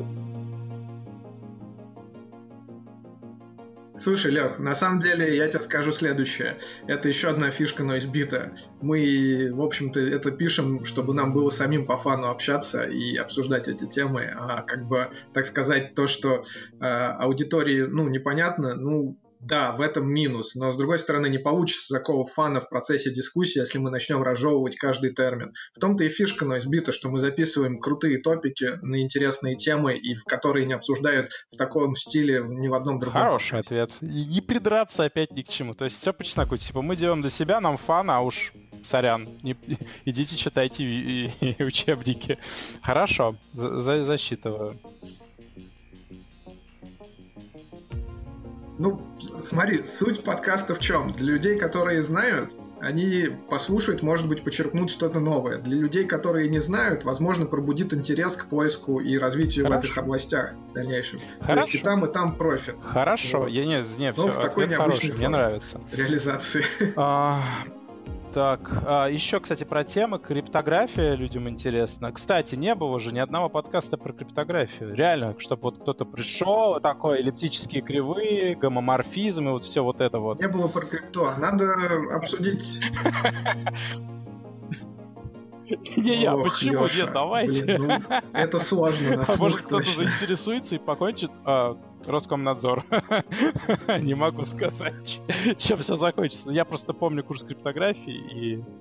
Слушай, Лёх, на самом деле я тебе скажу следующее. Это еще одна фишка NoiseBeat. Мы, в общем-то, это пишем, чтобы нам было самим по фану общаться и обсуждать эти темы. А как бы, так сказать, то, что э, аудитории, ну, непонятно, ну, да, в этом минус. Но, с другой стороны, не получится такого фана в процессе дискуссии, если мы начнем разжевывать каждый термин. В том-то и фишка NoiseBeat, что мы записываем крутые топики на интересные темы, и в которые не обсуждают в таком стиле ни в одном другом. Хороший ответ. И не придраться опять ни к чему. То есть все по чесноку. Типа мы делаем для себя, нам фан, а уж сорян. Не, идите читайте и, и, и учебники. Хорошо, за, засчитываю. Ну, смотри, суть подкаста в чем? Для людей, которые знают, они послушают, может быть, почерпнут что-то новое. Для людей, которые не знают, возможно, пробудит интерес к поиску и развитию Хорошо. в этих областях в дальнейшем. Хорошо. То есть и там, и там профит. Хорошо. Вот. Я не, не все, в такой хороший, мне нравится. Реализации. А, так, а, еще, кстати, про темы. Криптография людям интересно. Кстати, не было же ни одного подкаста про криптографию. Реально, чтобы вот кто-то пришел, такой эллиптические кривые, гомоморфизм и вот все вот это вот. Не было про крипту. Надо обсудить... Не-не, почему нет? Давайте. Это сложно. А может, кто-то заинтересуется и покончит Роскомнадзор. Не могу сказать, чем все закончится. Я просто помню курс криптографии и...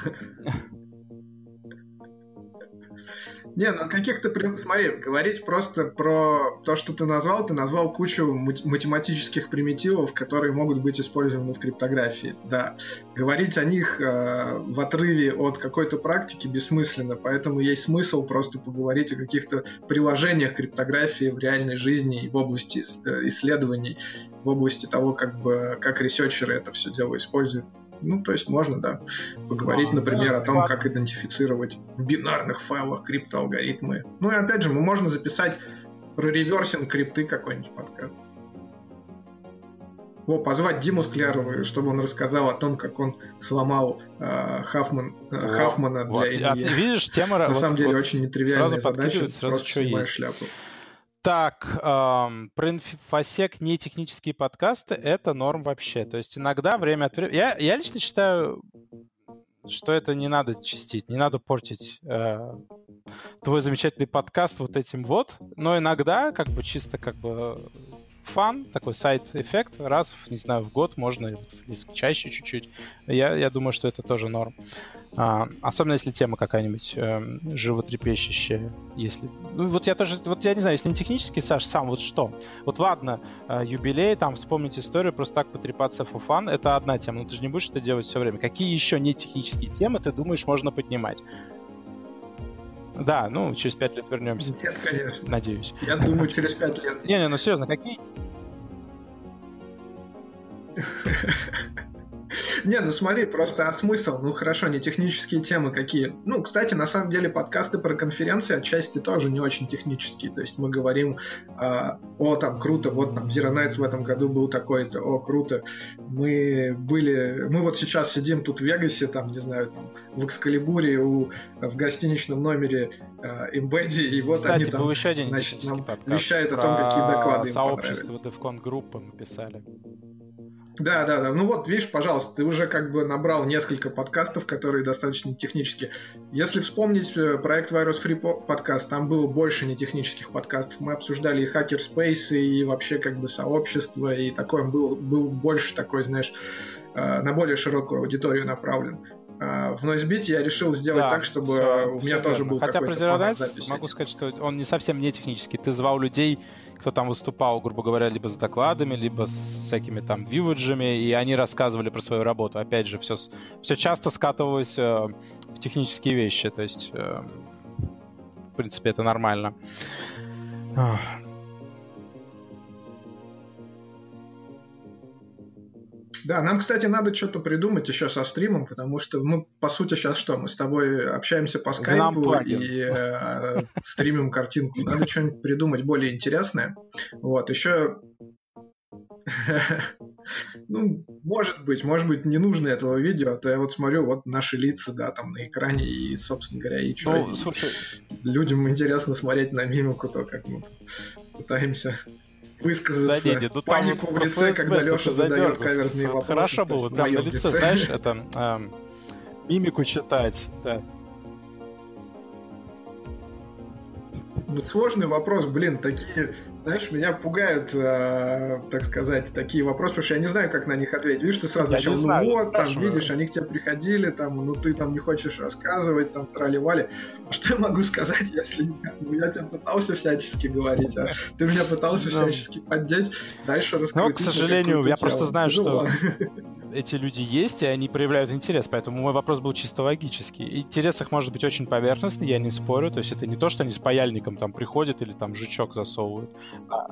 Не, ну каких-то... Смотри, говорить просто про то, что ты назвал, ты назвал кучу математических примитивов, которые могут быть использованы в криптографии, да. Говорить о них э, в отрыве от какой-то практики бессмысленно, поэтому есть смысл просто поговорить о каких-то приложениях криптографии в реальной жизни и в области исследований, в области того, как бы, как ресерчеры это все дело используют. Ну, то есть можно, да, поговорить, например, о том, как идентифицировать в бинарных файлах криптоалгоритмы. Ну и опять же, мы можно записать про реверсинг крипты какой-нибудь подкаст. О, позвать Диму Склярову, чтобы он рассказал о том, как он сломал э, Хафман, э, вот, Хафмана для вот. А ты видишь, тема... На вот, самом деле вот очень нетривиальная задача, сразу просто снимаешь есть. шляпу. Так, эм, про инфосек не технические подкасты — это норм вообще. То есть иногда время от времени... Я, я лично считаю, что это не надо чистить, не надо портить э, твой замечательный подкаст вот этим вот, но иногда как бы чисто как бы фан, такой сайд-эффект, раз, не знаю, в год можно, или чаще чуть-чуть. Я, я думаю, что это тоже норм. А, особенно если тема какая-нибудь э, животрепещущая. Если... Ну, вот я тоже, вот я не знаю, если не технически, Саш, сам вот что? Вот ладно, э, юбилей, там, вспомнить историю, просто так потрепаться for fun, это одна тема, но ты же не будешь это делать все время. Какие еще не технические темы, ты думаешь, можно поднимать? Да, ну, через пять лет вернемся. Нет, конечно. Надеюсь. Я думаю, через пять лет. Не-не, ну серьезно, какие... Не, ну смотри, просто а смысл? Ну хорошо, не технические темы какие. Ну, кстати, на самом деле подкасты про конференции отчасти тоже не очень технические. То есть мы говорим, а, о, там, круто, вот там Zero Nights в этом году был такой-то, о, круто. Мы были, мы вот сейчас сидим тут в Вегасе, там, не знаю, там, в Экскалибуре, у, в гостиничном номере Эмбеди, и вот кстати, они там, был еще один значит, нам подкаст вещают о том, какие доклады им сообщество DevCon группы мы писали. Да, да, да. Ну вот, видишь, пожалуйста, ты уже как бы набрал несколько подкастов, которые достаточно технические. Если вспомнить проект Virus Free подкаст, там было больше нетехнических подкастов. Мы обсуждали и хакерспейсы, и вообще как бы сообщество, и такое был, был больше такой, знаешь, на более широкую аудиторию направлен. В NoiseBeat я решил сделать да, так, чтобы все, у меня тоже верно. Был Хотя какой-то про Zero Nights могу сказать, что он не совсем не технический. Ты звал людей, кто там выступал, грубо говоря, либо с докладами, либо с всякими там виведжами, и они рассказывали про свою работу. Опять же, все, все часто скатывалось э, в технические вещи. То есть, э, в принципе, это нормально. Да, нам, кстати, надо что-то придумать еще со стримом, потому что мы, по сути, сейчас что? Мы с тобой общаемся по скайпу и э, стримим картинку. Надо что-нибудь придумать более интересное. Вот, еще... Ну, может быть, может быть, не нужно этого видео, а то я вот смотрю, вот наши лица, да, там на экране, и, собственно говоря, и что. Ну, слушай... Людям интересно смотреть на мимику, то, как мы пытаемся... высказаться, да, не, не, ну, панику в лице, ФСБ, когда Леша задает каверзные вопросы. Хорошо было, вот прям на лице, знаешь, это эм, мимику читать, да. Ну, сложный вопрос, блин, такие, знаешь, меня пугают, э, так сказать, такие вопросы, потому что я не знаю, как на них ответить. Видишь, ты сразу начал, ну знаю, вот, там, видишь, они к тебе приходили, там, ну ты там не хочешь рассказывать, там, трали-вали. А что я могу сказать, если ну, я тебе пытался всячески говорить, а ты меня пытался всячески поддеть, дальше раскрутить. Ну, к сожалению, я тело. просто знаю, ну, что эти люди есть, и они проявляют интерес, поэтому мой вопрос был чисто логический. Интерес их может быть очень поверхностный, я не спорю, то есть это не то, что они с паяльником там приходят или там жучок засовывают. А...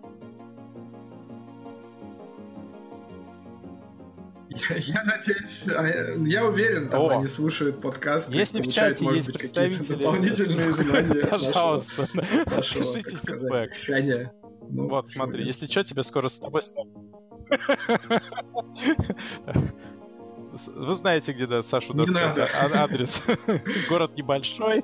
Я, я надеюсь, я уверен, там О, они слушают подкаст. Если в чате есть быть, представители, дополнительные знания, пожалуйста, пишите фидбэк. Ну, вот, смотри, если что, тебе скоро с тобой... Вы знаете, где да, Сашу достать а- адрес. Город небольшой.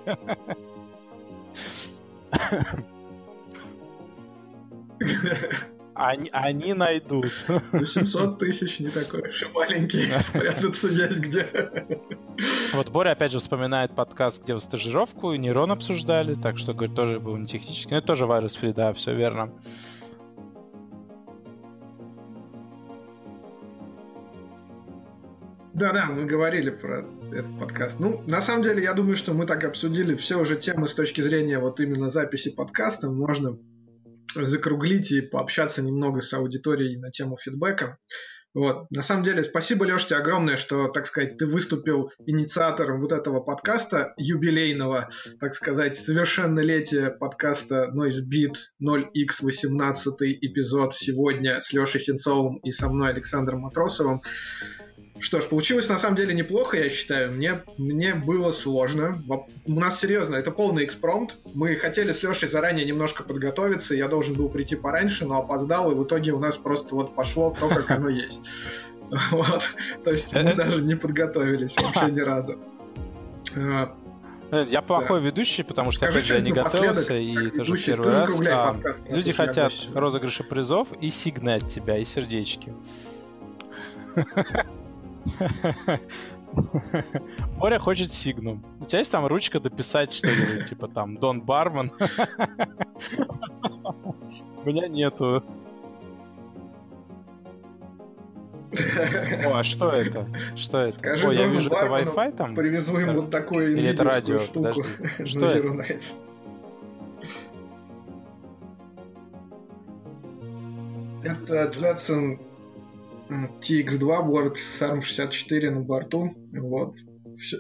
Они, они найдут. восемьсот тысяч не такой уж и маленький. Спрятаться есть где. Вот Боря опять же вспоминает подкаст, где вы стажировку и нейрон обсуждали, так что, говорит, тоже был не технический. Но это тоже Virus Free, да, все верно. Да-да, мы говорили про этот подкаст. Ну, на самом деле, я думаю, что мы так обсудили все уже темы с точки зрения вот именно записи подкаста. Можно закруглить и пообщаться немного с аудиторией на тему фидбэка. Вот. На самом деле, спасибо, Леш, тебе огромное, что, так сказать, ты выступил инициатором вот этого подкаста, юбилейного, так сказать, совершеннолетия подкаста NoiseBeat ноль икс восемнадцать эпизод сегодня с Лешей Сенцовым и со мной Александром Матросовым. Что ж, получилось на самом деле неплохо, я считаю. Мне, мне было сложно. У нас серьезно, это полный экспромт. Мы хотели с Лешей заранее немножко подготовиться. Я должен был прийти пораньше, но опоздал, и в итоге у нас просто вот пошло в то, как оно есть. Вот. То есть мы даже не подготовились вообще ни разу. Я плохой да. ведущий, потому что, Скажи, опять же, я не готовился, и тоже в первый раз. А, люди хотят розыгрыша призов и сигнать тебя, и сердечки. Боря хочет Signum. У тебя есть там ручка дописать что-нибудь, типа там Дон Барман? У меня нету. О, а что это? Что это? Скажи, О, я Дону вижу, это Барману Wi-Fi там? привезу им вот такую Или это радио? штуку Подожди. на Что это? Zero Nights. Это Jetson ти икс два борт с арм шестьдесят четыре на борту. Вот. Все.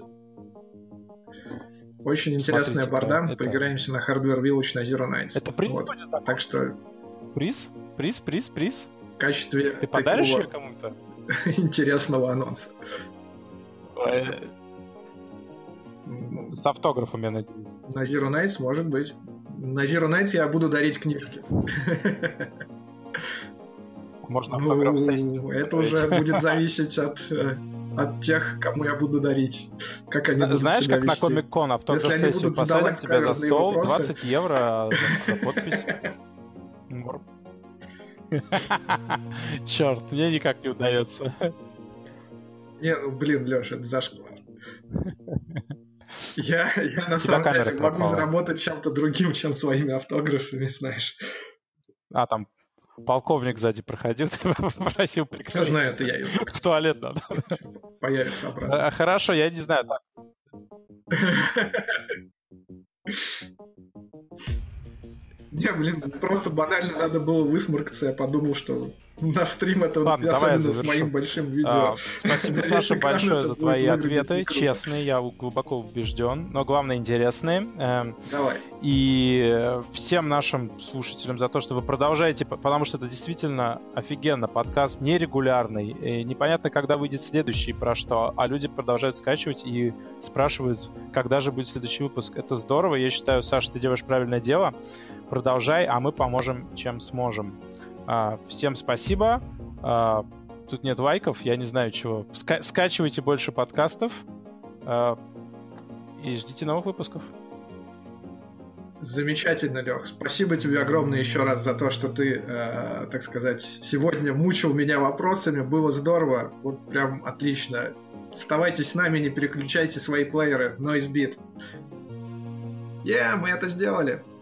Очень интересная борда. Это... Поиграемся на Hardware Village на Zero Nights. Это приз вот. будет такой? Так что... Приз? Приз, приз, приз? В качестве Ты подаришь ее кому-то? Интересного анонса. С автографом, я надеюсь. На Zero Nights, может быть. На Zero Nights я буду дарить книжки. Можно автограф ну, это уже будет зависеть от, от тех, кому я буду дарить. Как они будут Знаешь, себя как вести. на Комик-кон автограф-сессию посадят тебя за стол, вопросы. двадцать евро за, за подпись. Черт, мне никак не удается. Не, ну блин, Леша, это зашквар. Я, я на Тебя самом деле пропала. могу заработать чем-то другим, чем своими автографами, знаешь. А, там полковник сзади проходил, ты попросил прекратить. Кто знает, это я ее. В туалет надо. Появится обратно. Хорошо, я не знаю. Не, блин, просто банально надо было высморкаться. Я подумал, что на стрим это Ладно, особенно давай с моим большим видео. А, спасибо, Саша, большое за твои ответы. Честные, я глубоко убежден, но главное, интересные. Давай. И всем нашим слушателям за то, что вы продолжаете, потому что это действительно офигенно. Подкаст нерегулярный. И непонятно, когда выйдет следующий, про что. А люди продолжают скачивать и спрашивают, когда же будет следующий выпуск. Это здорово. Я считаю, Саша, ты делаешь правильное дело. Продолжай, а мы поможем, чем сможем. А, всем спасибо. А, тут нет лайков, я не знаю чего. Ска- скачивайте больше подкастов а, и ждите новых выпусков. Замечательно, Лех. Спасибо тебе огромное еще раз за то, что ты, э, так сказать, сегодня мучил меня вопросами. Было здорово. Вот прям отлично. Оставайтесь с нами, не переключайте свои плееры. Noisebit. Yeah, мы это сделали.